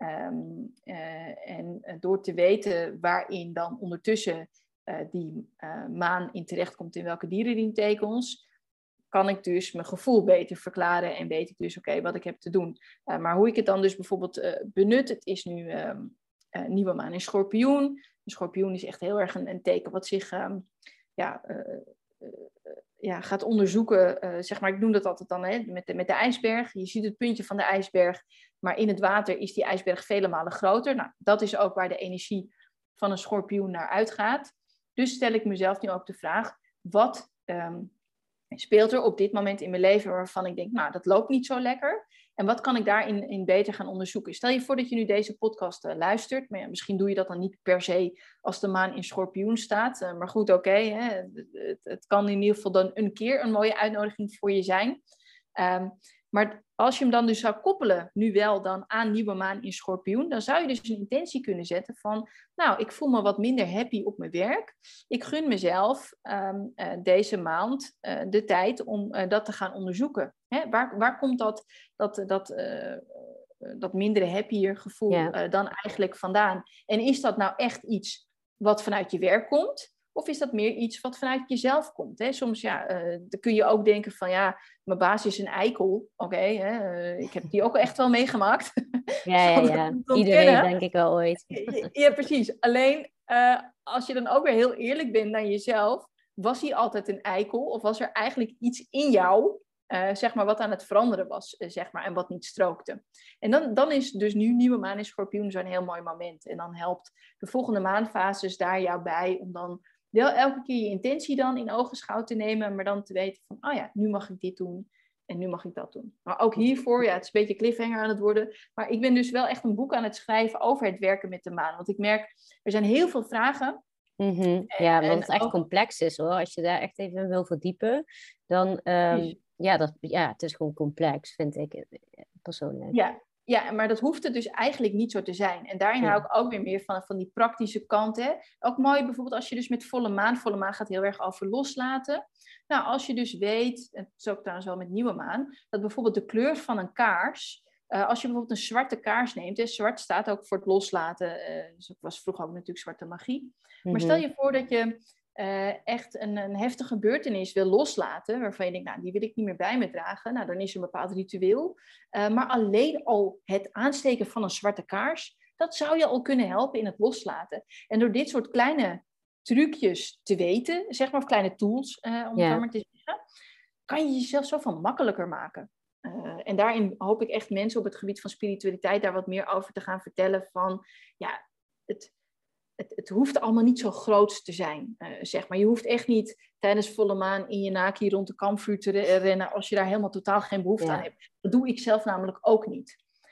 Um, uh, en door te weten waarin dan ondertussen uh, die uh, maan in terecht komt, in welke dierenriemtekens, kan ik dus mijn gevoel beter verklaren en weet ik dus, oké, okay, wat ik heb te doen. Uh, maar hoe ik het dan dus bijvoorbeeld uh, benut, het is nu um, uh, nieuwe maan in Schorpioen. Een schorpioen is echt heel erg een, een teken wat zich... Um, Ja, uh, uh, ja, gaat onderzoeken, uh, zeg maar, ik noem dat altijd dan hè, met, de, met de ijsberg. Je ziet het puntje van de ijsberg, maar in het water is die ijsberg vele malen groter. Nou, dat is ook waar de energie van een schorpioen naar uitgaat. Dus stel ik mezelf nu ook de vraag, wat um, speelt er op dit moment in mijn leven waarvan ik denk, nou, dat loopt niet zo lekker. En wat kan ik daarin in beter gaan onderzoeken? Stel je voor dat je nu deze podcast uh, luistert. Maar ja, misschien doe je dat dan niet per se als de maan in Schorpioen staat. Uh, maar goed, oké. Okay, het, het kan in ieder geval dan een keer een mooie uitnodiging voor je zijn. Um, maar als je hem dan dus zou koppelen, nu wel dan aan nieuwe maan in Schorpioen, dan zou je dus een intentie kunnen zetten van, nou, ik voel me wat minder happy op mijn werk. Ik gun mezelf um, uh, deze maand uh, de tijd om uh, dat te gaan onderzoeken. Hè? Waar, waar komt dat, dat, dat, uh, dat minder happier gevoel ja. uh, dan eigenlijk vandaan? En is dat nou echt iets wat vanuit je werk komt? Of is dat meer iets wat vanuit jezelf komt? Hè? Soms ja, uh, dan kun je ook denken van ja, mijn baas is een eikel. Oké, okay, uh, ik heb die ook echt wel meegemaakt. Ja, ja, ja. Iedereen denk ik wel ooit. Ja, precies. Alleen uh, als je dan ook weer heel eerlijk bent naar jezelf, was hij altijd een eikel? Of was er eigenlijk iets in jou, uh, zeg maar, wat aan het veranderen was, uh, zeg maar, en wat niet strookte? En dan, dan is dus nu nieuwe maan in Schorpioen zo'n heel mooi moment. En dan helpt de volgende maanfases daar jou bij om dan wel elke keer je intentie dan in ogenschouw te nemen, maar dan te weten van, oh ja, nu mag ik dit doen en nu mag ik dat doen. Maar ook hiervoor, ja, het is een beetje cliffhanger aan het worden, maar ik ben dus wel echt een boek aan het schrijven over het werken met de maan. Want ik merk, er zijn heel veel vragen. Mm-hmm. Ja, omdat het echt ook complex is hoor. Als je daar echt even in wil verdiepen, dan, um, ja, dat, ja, het is gewoon complex, vind ik persoonlijk. Ja. Ja, maar dat hoeft het dus eigenlijk niet zo te zijn. En daarin Ja. hou ik ook weer meer van, van die praktische kant. Hè. Ook mooi bijvoorbeeld als je dus met volle maan... Volle maan gaat heel erg over loslaten. Nou, als je dus weet, en dat is ook trouwens wel met nieuwe maan... dat bijvoorbeeld de kleur van een kaars... Uh, als je bijvoorbeeld een zwarte kaars neemt... Hè, zwart staat ook voor het loslaten. Uh, dus dat was vroeger ook natuurlijk zwarte magie. Mm-hmm. Maar stel je voor dat je... Uh, echt een, een heftige gebeurtenis wil loslaten, waarvan je denkt, nou, die wil ik niet meer bij me dragen. Nou, dan is er een bepaald ritueel. Uh, maar alleen al het aansteken van een zwarte kaars, dat zou je al kunnen helpen in het loslaten. En door dit soort kleine trucjes te weten, zeg maar, of kleine tools, uh, om yeah. het maar te zeggen, kan je jezelf zoveel makkelijker maken. Uh, en daarin hoop ik echt mensen op het gebied van spiritualiteit daar wat meer over te gaan vertellen van, ja, het... Het, het hoeft allemaal niet zo groot te zijn, uh, zeg maar. Je hoeft echt niet tijdens volle maan in je naki rond de kampvuur te rennen als je daar helemaal totaal geen behoefte ja. aan hebt. Dat doe ik zelf namelijk ook niet.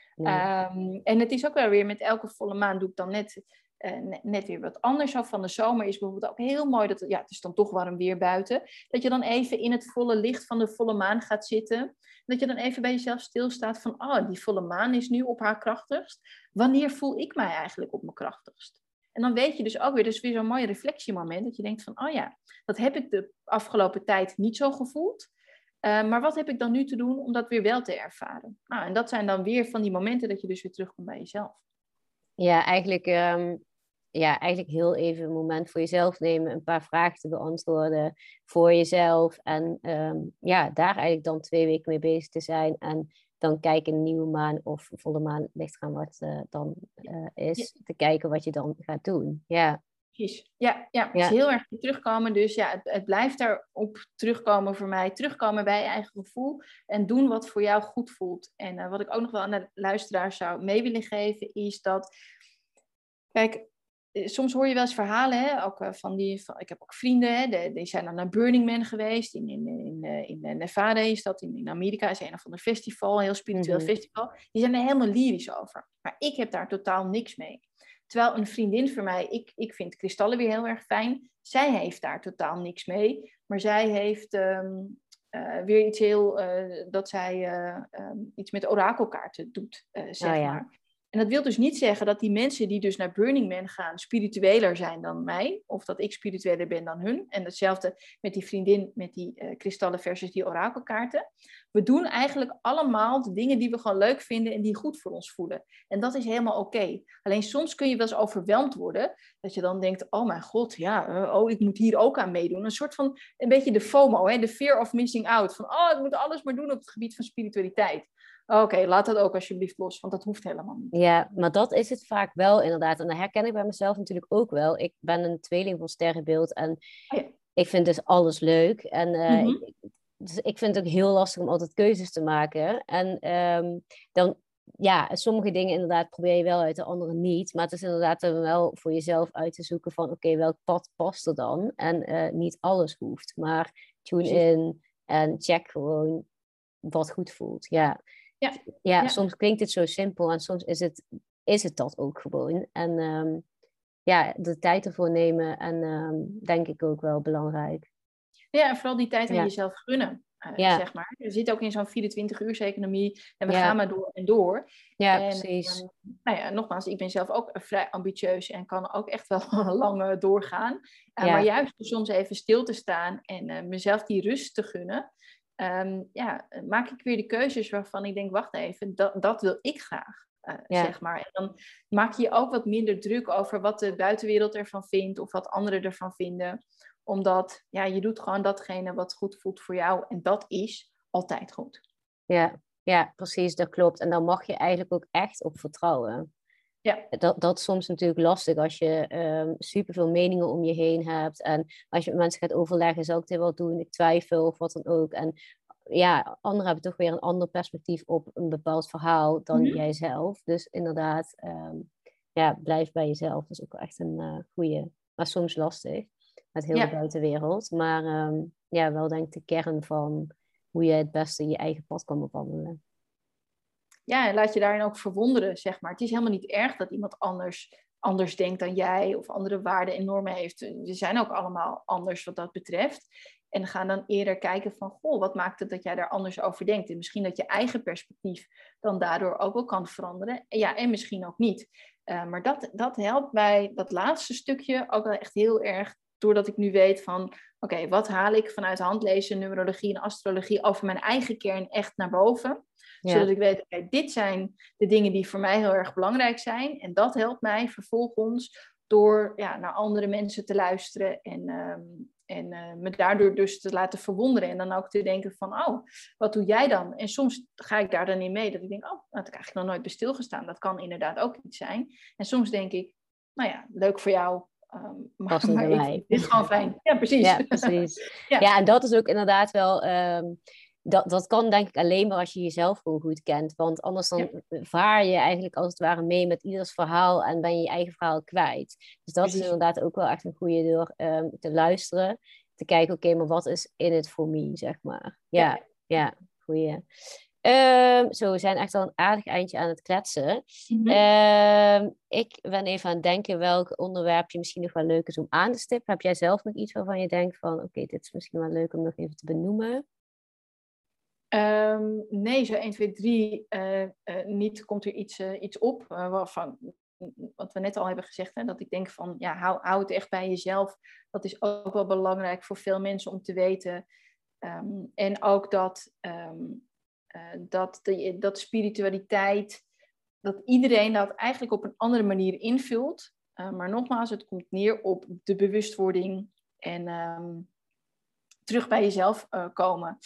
Ja. Um, en het is ook wel weer met elke volle maan doe ik dan net, uh, net, net weer wat anders. Zo van de zomer is bijvoorbeeld ook heel mooi, dat ja, het is dan toch warm weer buiten, dat je dan even in het volle licht van de volle maan gaat zitten. Dat je dan even bij jezelf stilstaat van, oh, die volle maan is nu op haar krachtigst. Wanneer voel ik mij eigenlijk op mijn krachtigst? En dan weet je dus ook weer, dus weer zo'n mooi reflectiemoment, dat je denkt van, oh ja, dat heb ik de afgelopen tijd niet zo gevoeld. Uh, maar wat heb ik dan nu te doen om dat weer wel te ervaren? Nou, en dat zijn dan weer van die momenten dat je dus weer terugkomt bij jezelf. Ja, eigenlijk, um, ja, eigenlijk heel even een moment voor jezelf nemen, een paar vragen te beantwoorden voor jezelf. En um, ja, daar eigenlijk dan twee weken mee bezig te zijn en dan kijken een nieuwe maan of volle maan, ligt eraan wat uh, dan uh, is, ja. te kijken wat je dan gaat doen. Ja, precies. Ja, ja, het ja. is heel erg terugkomen. Dus ja, het, het blijft daarop terugkomen voor mij. Terugkomen bij je eigen gevoel en doen wat voor jou goed voelt. En uh, wat ik ook nog wel aan de luisteraars zou mee willen geven, is dat, kijk, soms hoor je wel eens verhalen, hè? Ook uh, van die, van, ik heb ook vrienden, hè? De, die zijn dan naar Burning Man geweest, in, in, in, in, in Nevada is dat, in, in Amerika is een of ander festival, een heel spiritueel mm-hmm. festival. Die zijn er helemaal lyrisch over. Maar ik heb daar totaal niks mee. Terwijl een vriendin van mij, ik, ik vind kristallen weer heel erg fijn, zij heeft daar totaal niks mee. Maar zij heeft um, uh, weer iets heel, uh, dat zij uh, um, iets met orakelkaarten doet, uh, zeg oh, ja. maar. En dat wil dus niet zeggen dat die mensen die dus naar Burning Man gaan spiritueler zijn dan mij. Of dat ik spiritueler ben dan hun. En hetzelfde met die vriendin met die uh, kristallen versus die orakelkaarten. We doen eigenlijk allemaal de dingen die we gewoon leuk vinden en die goed voor ons voelen. En dat is helemaal oké. Okay. Alleen soms kun je wel eens overweldigd worden. Dat je dan denkt, oh mijn god, ja, uh, oh, ik moet hier ook aan meedoen. Een soort van, een beetje de FOMO, hè, de fear of missing out. Van, oh, ik moet alles maar doen op het gebied van spiritualiteit. Oké, okay, laat dat ook alsjeblieft los, want dat hoeft helemaal niet. Ja, maar dat is het vaak wel inderdaad. En dat herken ik bij mezelf natuurlijk ook wel. Ik ben een tweeling van sterrenbeeld en oh ja. ik vind dus alles leuk. En uh, mm-hmm. ik, dus ik vind het ook heel lastig om altijd keuzes te maken. En um, dan, ja, sommige dingen inderdaad probeer je wel uit, de andere niet. Maar het is inderdaad dan wel voor jezelf uit te zoeken van, oké, okay, welk pad past er dan? En uh, niet alles hoeft, maar tune Precies. in en check gewoon wat goed voelt. Ja. Ja, ja, ja, soms klinkt het zo simpel en soms is het, is het dat ook gewoon. En um, ja, de tijd ervoor nemen en um, denk ik ook wel belangrijk. Ja, en vooral die tijd aan ja. jezelf gunnen, uh, ja. zeg maar. Je zit ook in zo'n vierentwintig-uurseconomie en we ja. gaan maar door en door. Ja, en, precies. Um, nou ja, nogmaals, ik ben zelf ook vrij ambitieus en kan ook echt wel lang uh, doorgaan. Uh, ja. Maar juist soms even stil te staan en uh, mezelf die rust te gunnen. Um, ja, maak ik weer de keuzes waarvan ik denk, wacht even, dat, dat wil ik graag, uh, ja. zeg maar. En dan maak je je ook wat minder druk over wat de buitenwereld ervan vindt of wat anderen ervan vinden. Omdat, ja, je doet gewoon datgene wat goed voelt voor jou en dat is altijd goed. Ja, ja, precies, dat klopt. En daar mag je eigenlijk ook echt op vertrouwen. Ja. Dat, dat is soms natuurlijk lastig als je um, superveel meningen om je heen hebt. En als je met mensen gaat overleggen, zou ik dit wel doen? Ik twijfel of wat dan ook. En ja, anderen hebben toch weer een ander perspectief op een bepaald verhaal dan mm-hmm. jijzelf. Dus inderdaad, um, ja, blijf bij jezelf. Dat is ook echt een uh, goeie. Maar soms lastig met heel ja. de buitenwereld. Maar um, ja, wel denk ik de kern van hoe je het beste je eigen pad kan bewandelen. Ja, en laat je daarin ook verwonderen, zeg maar. Het is helemaal niet erg dat iemand anders, anders denkt dan jij of andere waarden en normen heeft. We zijn ook allemaal anders wat dat betreft. En ga dan eerder kijken van, goh, wat maakt het dat jij daar anders over denkt? En misschien dat je eigen perspectief dan daardoor ook wel kan veranderen. En ja, en misschien ook niet. Uh, maar dat, dat helpt bij dat laatste stukje ook wel echt heel erg. Doordat ik nu weet van, oké, okay, wat haal ik vanuit handlezen, numerologie en astrologie over mijn eigen kern echt naar boven? Ja. Zodat ik weet, okay, dit zijn de dingen die voor mij heel erg belangrijk zijn. En dat helpt mij vervolgens door ja, naar andere mensen te luisteren en, um, en uh, me daardoor dus te laten verwonderen. En dan ook te denken van, oh, wat doe jij dan? En soms ga ik daar dan in mee, dat ik denk, oh, dat had ik eigenlijk nog nooit bij stilgestaan. Dat kan inderdaad ook iets zijn. En soms denk ik, nou ja, leuk voor jou. Um, maar maar ik vind dit gewoon fijn. Ja, precies. Ja, precies. ja. ja, en dat is ook inderdaad wel... Um, dat, dat kan denk ik alleen maar als je jezelf gewoon goed kent. Want anders dan ja. vaar je eigenlijk als het ware mee met ieders verhaal en ben je je eigen verhaal kwijt. Dus dat precies. is inderdaad ook wel echt een goede door um, te luisteren. Te kijken, oké, okay, maar wat is in it for me, zeg maar. Ja, ja, ja goeie. Um, zo, we zijn echt al een aardig eindje aan het kletsen. Mm-hmm. Um, ik ben even aan het denken welk onderwerp je misschien nog wel leuk is om aan te stippen. Heb jij zelf nog iets waarvan je denkt van, oké, okay, dit is misschien wel leuk om nog even te benoemen? Um, nee, zo één, twee, drie uh, uh, niet komt er iets, uh, iets op uh, waarvan, wat we net al hebben gezegd, hè, dat ik denk van, ja, hou, hou het echt bij jezelf. Dat is ook wel belangrijk voor veel mensen om te weten. Um, en ook dat, um, uh, dat, de, dat spiritualiteit, dat iedereen dat eigenlijk op een andere manier invult. Uh, maar nogmaals, het komt neer op de bewustwording en um, terug bij jezelf uh, komen.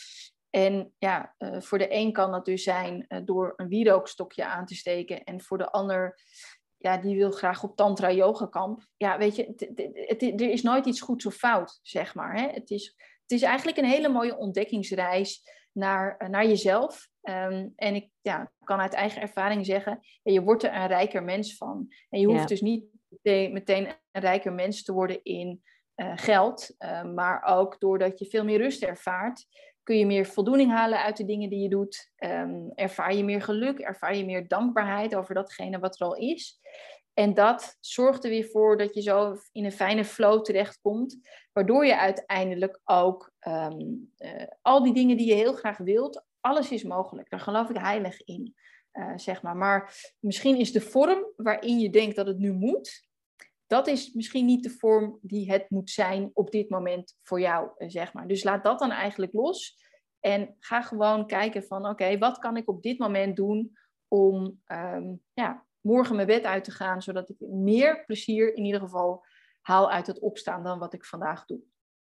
En ja, uh, voor de een kan dat dus zijn uh, door een wierookstokje aan te steken. En voor de ander, ja, die wil graag op tantra yoga kamp. Ja, weet je, t- t- t- er is nooit iets goeds of fout, zeg maar. Hè? Het is, het is eigenlijk een hele mooie ontdekkingsreis naar, uh, naar jezelf. Um, en ik ja, kan uit eigen ervaring zeggen, ja, je wordt er een rijker mens van. En je hoeft ja. dus niet meteen, meteen een rijker mens te worden in uh, geld. Uh, maar ook doordat je veel meer rust ervaart. Kun je meer voldoening halen uit de dingen die je doet. Um, ervaar je meer geluk, ervaar je meer dankbaarheid over datgene wat er al is. En dat zorgt er weer voor dat je zo in een fijne flow terechtkomt. Waardoor je uiteindelijk ook um, uh, al die dingen die je heel graag wilt, alles is mogelijk. Daar geloof ik heilig in, uh, zeg maar. Maar misschien is de vorm waarin je denkt dat het nu moet, dat is misschien niet de vorm die het moet zijn op dit moment voor jou, zeg maar. Dus laat dat dan eigenlijk los. En ga gewoon kijken van, oké, okay, wat kan ik op dit moment doen om um, ja, morgen mijn bed uit te gaan, zodat ik meer plezier in ieder geval haal uit het opstaan dan wat ik vandaag doe.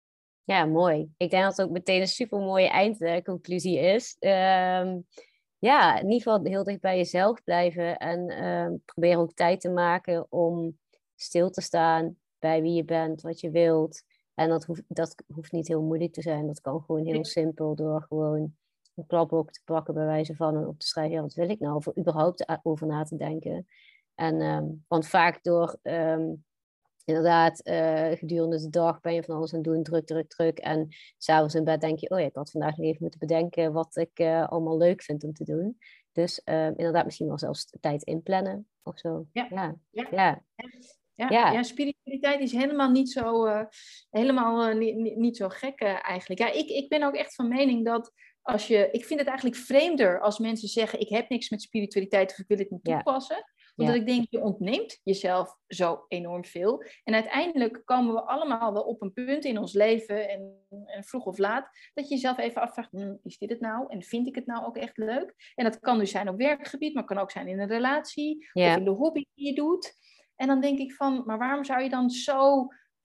Ja, mooi. Ik denk dat het ook meteen een super mooie eindconclusie is. Um, ja, in ieder geval heel dicht bij jezelf blijven en um, probeer ook tijd te maken om stil te staan bij wie je bent, wat je wilt. En dat hoeft, dat hoeft niet heel moeilijk te zijn. Dat kan gewoon heel simpel door gewoon een klapblok te pakken bij wijze van en op te schrijven, ja, wat wil ik nou? Of überhaupt over na te denken. En, um, want vaak door um, inderdaad uh, gedurende de dag ben je van alles aan het doen, druk, druk, druk. En s'avonds in bed denk je, oh ja, ik had vandaag nog even moeten bedenken wat ik uh, allemaal leuk vind om te doen. Dus uh, inderdaad misschien wel zelfs tijd inplannen of zo. Ja, ja. ja. ja. Ja, ja. ja, spiritualiteit is helemaal niet zo, uh, helemaal, uh, niet, niet zo gek uh, eigenlijk. Ja, ik, ik ben ook echt van mening dat als je... Ik vind het eigenlijk vreemder als mensen zeggen, ik heb niks met spiritualiteit of ik wil het niet toepassen. Ja. Omdat ja. ik denk, je ontneemt jezelf zo enorm veel. En uiteindelijk komen we allemaal wel op een punt in ons leven, en, en vroeg of laat, dat je jezelf even afvraagt, hm, is dit het nou? En vind ik het nou ook echt leuk? En dat kan dus zijn op werkgebied, maar kan ook zijn in een relatie ja. of in de hobby die je doet. En dan denk ik van, maar waarom zou je dan zo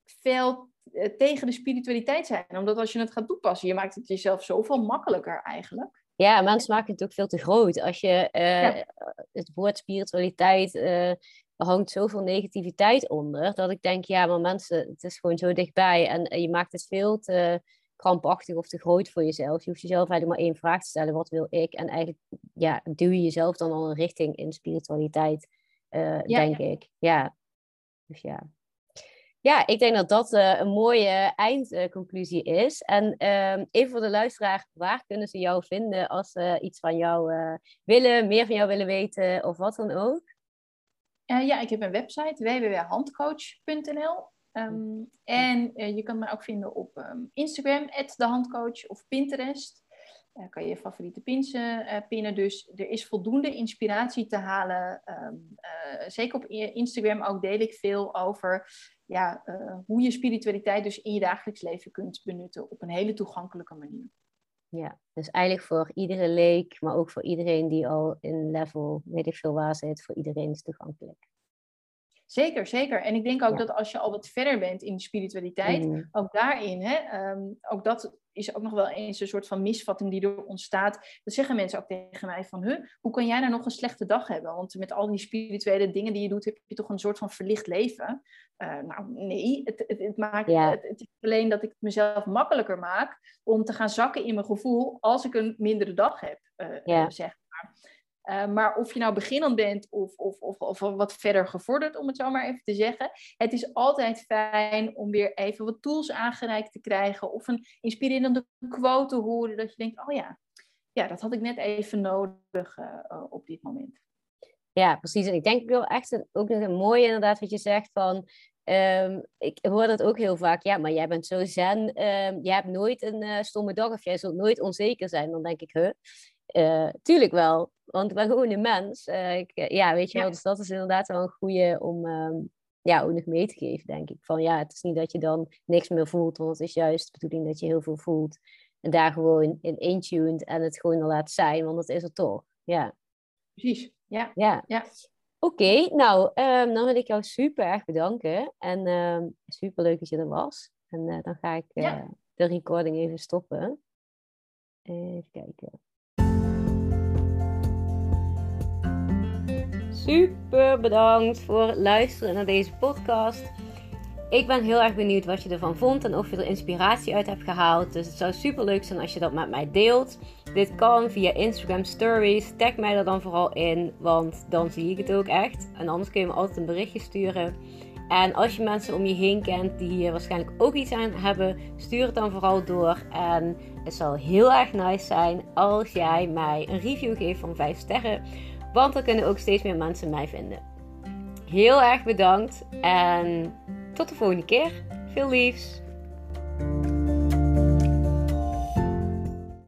fel uh, tegen de spiritualiteit zijn? Omdat als je het gaat toepassen, je maakt het jezelf zoveel makkelijker eigenlijk. Ja, mensen maken het ook veel te groot. Als je uh, ja. het woord spiritualiteit uh, hangt zoveel negativiteit onder, dat ik denk, ja, maar mensen, het is gewoon zo dichtbij en uh, je maakt het veel te krampachtig of te groot voor jezelf. Je hoeft jezelf eigenlijk maar één vraag te stellen, wat wil ik? En eigenlijk, ja, duw je jezelf dan al een richting in spiritualiteit. Uh, ja, denk ja. ik. Ja. Dus ja. Ja, ik denk dat dat uh, een mooie eindconclusie is. En uh, even voor de luisteraar, waar kunnen ze jou vinden als ze iets van jou uh, willen, meer van jou willen weten of wat dan ook? Uh, ja, ik heb een website, w w w punt handcoach punt n l. Um, en uh, je kan me ook vinden op um, Instagram, at de handcoach, of Pinterest. Uh, kan je je favoriete pins uh, pinnen. Dus er is voldoende inspiratie te halen. Um, uh, zeker op Instagram ook deel ik veel over ja, uh, hoe je spiritualiteit dus in je dagelijks leven kunt benutten op een hele toegankelijke manier. Ja, dus eigenlijk voor iedere leek, maar ook voor iedereen die al in level, weet ik veel waar zit, voor iedereen is toegankelijk. Zeker, zeker. En ik denk ook Ja. dat als je al wat verder bent in de spiritualiteit, mm. ook daarin, hè, um, ook dat is ook nog wel eens een soort van misvatting die er ontstaat. Dat zeggen mensen ook tegen mij van, huh, hoe kan jij nou nog een slechte dag hebben? Want met al die spirituele dingen die je doet, heb je toch een soort van verlicht leven? Uh, nou, nee, het, het, het, maakt, ja. het, het is alleen dat ik het mezelf makkelijker maak om te gaan zakken in mijn gevoel als ik een mindere dag heb, uh, ja. zeg maar. Uh, maar of je nou beginnend bent of, of, of, of wat verder gevorderd, om het zo maar even te zeggen. Het is altijd fijn om weer even wat tools aangereikt te krijgen. Of een inspirerende quote te horen. Dat je denkt, oh ja, ja dat had ik net even nodig uh, uh, op dit moment. Ja, precies. En ik denk wel echt een, ook nog een mooie inderdaad wat je zegt van... Um, ik hoor dat ook heel vaak. Ja, maar jij bent zo zen. Um, jij hebt nooit een uh, stomme dag of jij zult nooit onzeker zijn. Dan denk ik, huh? Uh, tuurlijk wel, want ik ben gewoon een mens. Uh, ik, uh, ja, weet je wel, ja. Dus dat is inderdaad wel een goede om um, ja, ook nog mee te geven, denk ik. Van ja, het is niet dat je dan niks meer voelt, want het is juist de bedoeling dat je heel veel voelt. En daar gewoon in intuned en het gewoon er laat zijn, want dat is het toch. Ja. Precies, ja. Ja. ja. Oké, okay, nou, um, dan wil ik jou super erg bedanken. En um, super leuk dat je er was. En uh, dan ga ik uh, ja. de recording even stoppen. Even kijken. Super bedankt voor het luisteren naar deze podcast. Ik ben heel erg benieuwd wat je ervan vond en of je er inspiratie uit hebt gehaald. Dus het zou super leuk zijn als je dat met mij deelt. Dit kan via Instagram Stories. Tag mij er dan vooral in, want dan zie ik het ook echt. En anders kun je me altijd een berichtje sturen. En als je mensen om je heen kent die hier waarschijnlijk ook iets aan hebben, stuur het dan vooral door. En het zal heel erg nice zijn als jij mij een review geeft van vijf sterren. Want dan kunnen ook steeds meer mensen mij vinden. Heel erg bedankt en tot de volgende keer. Veel liefs!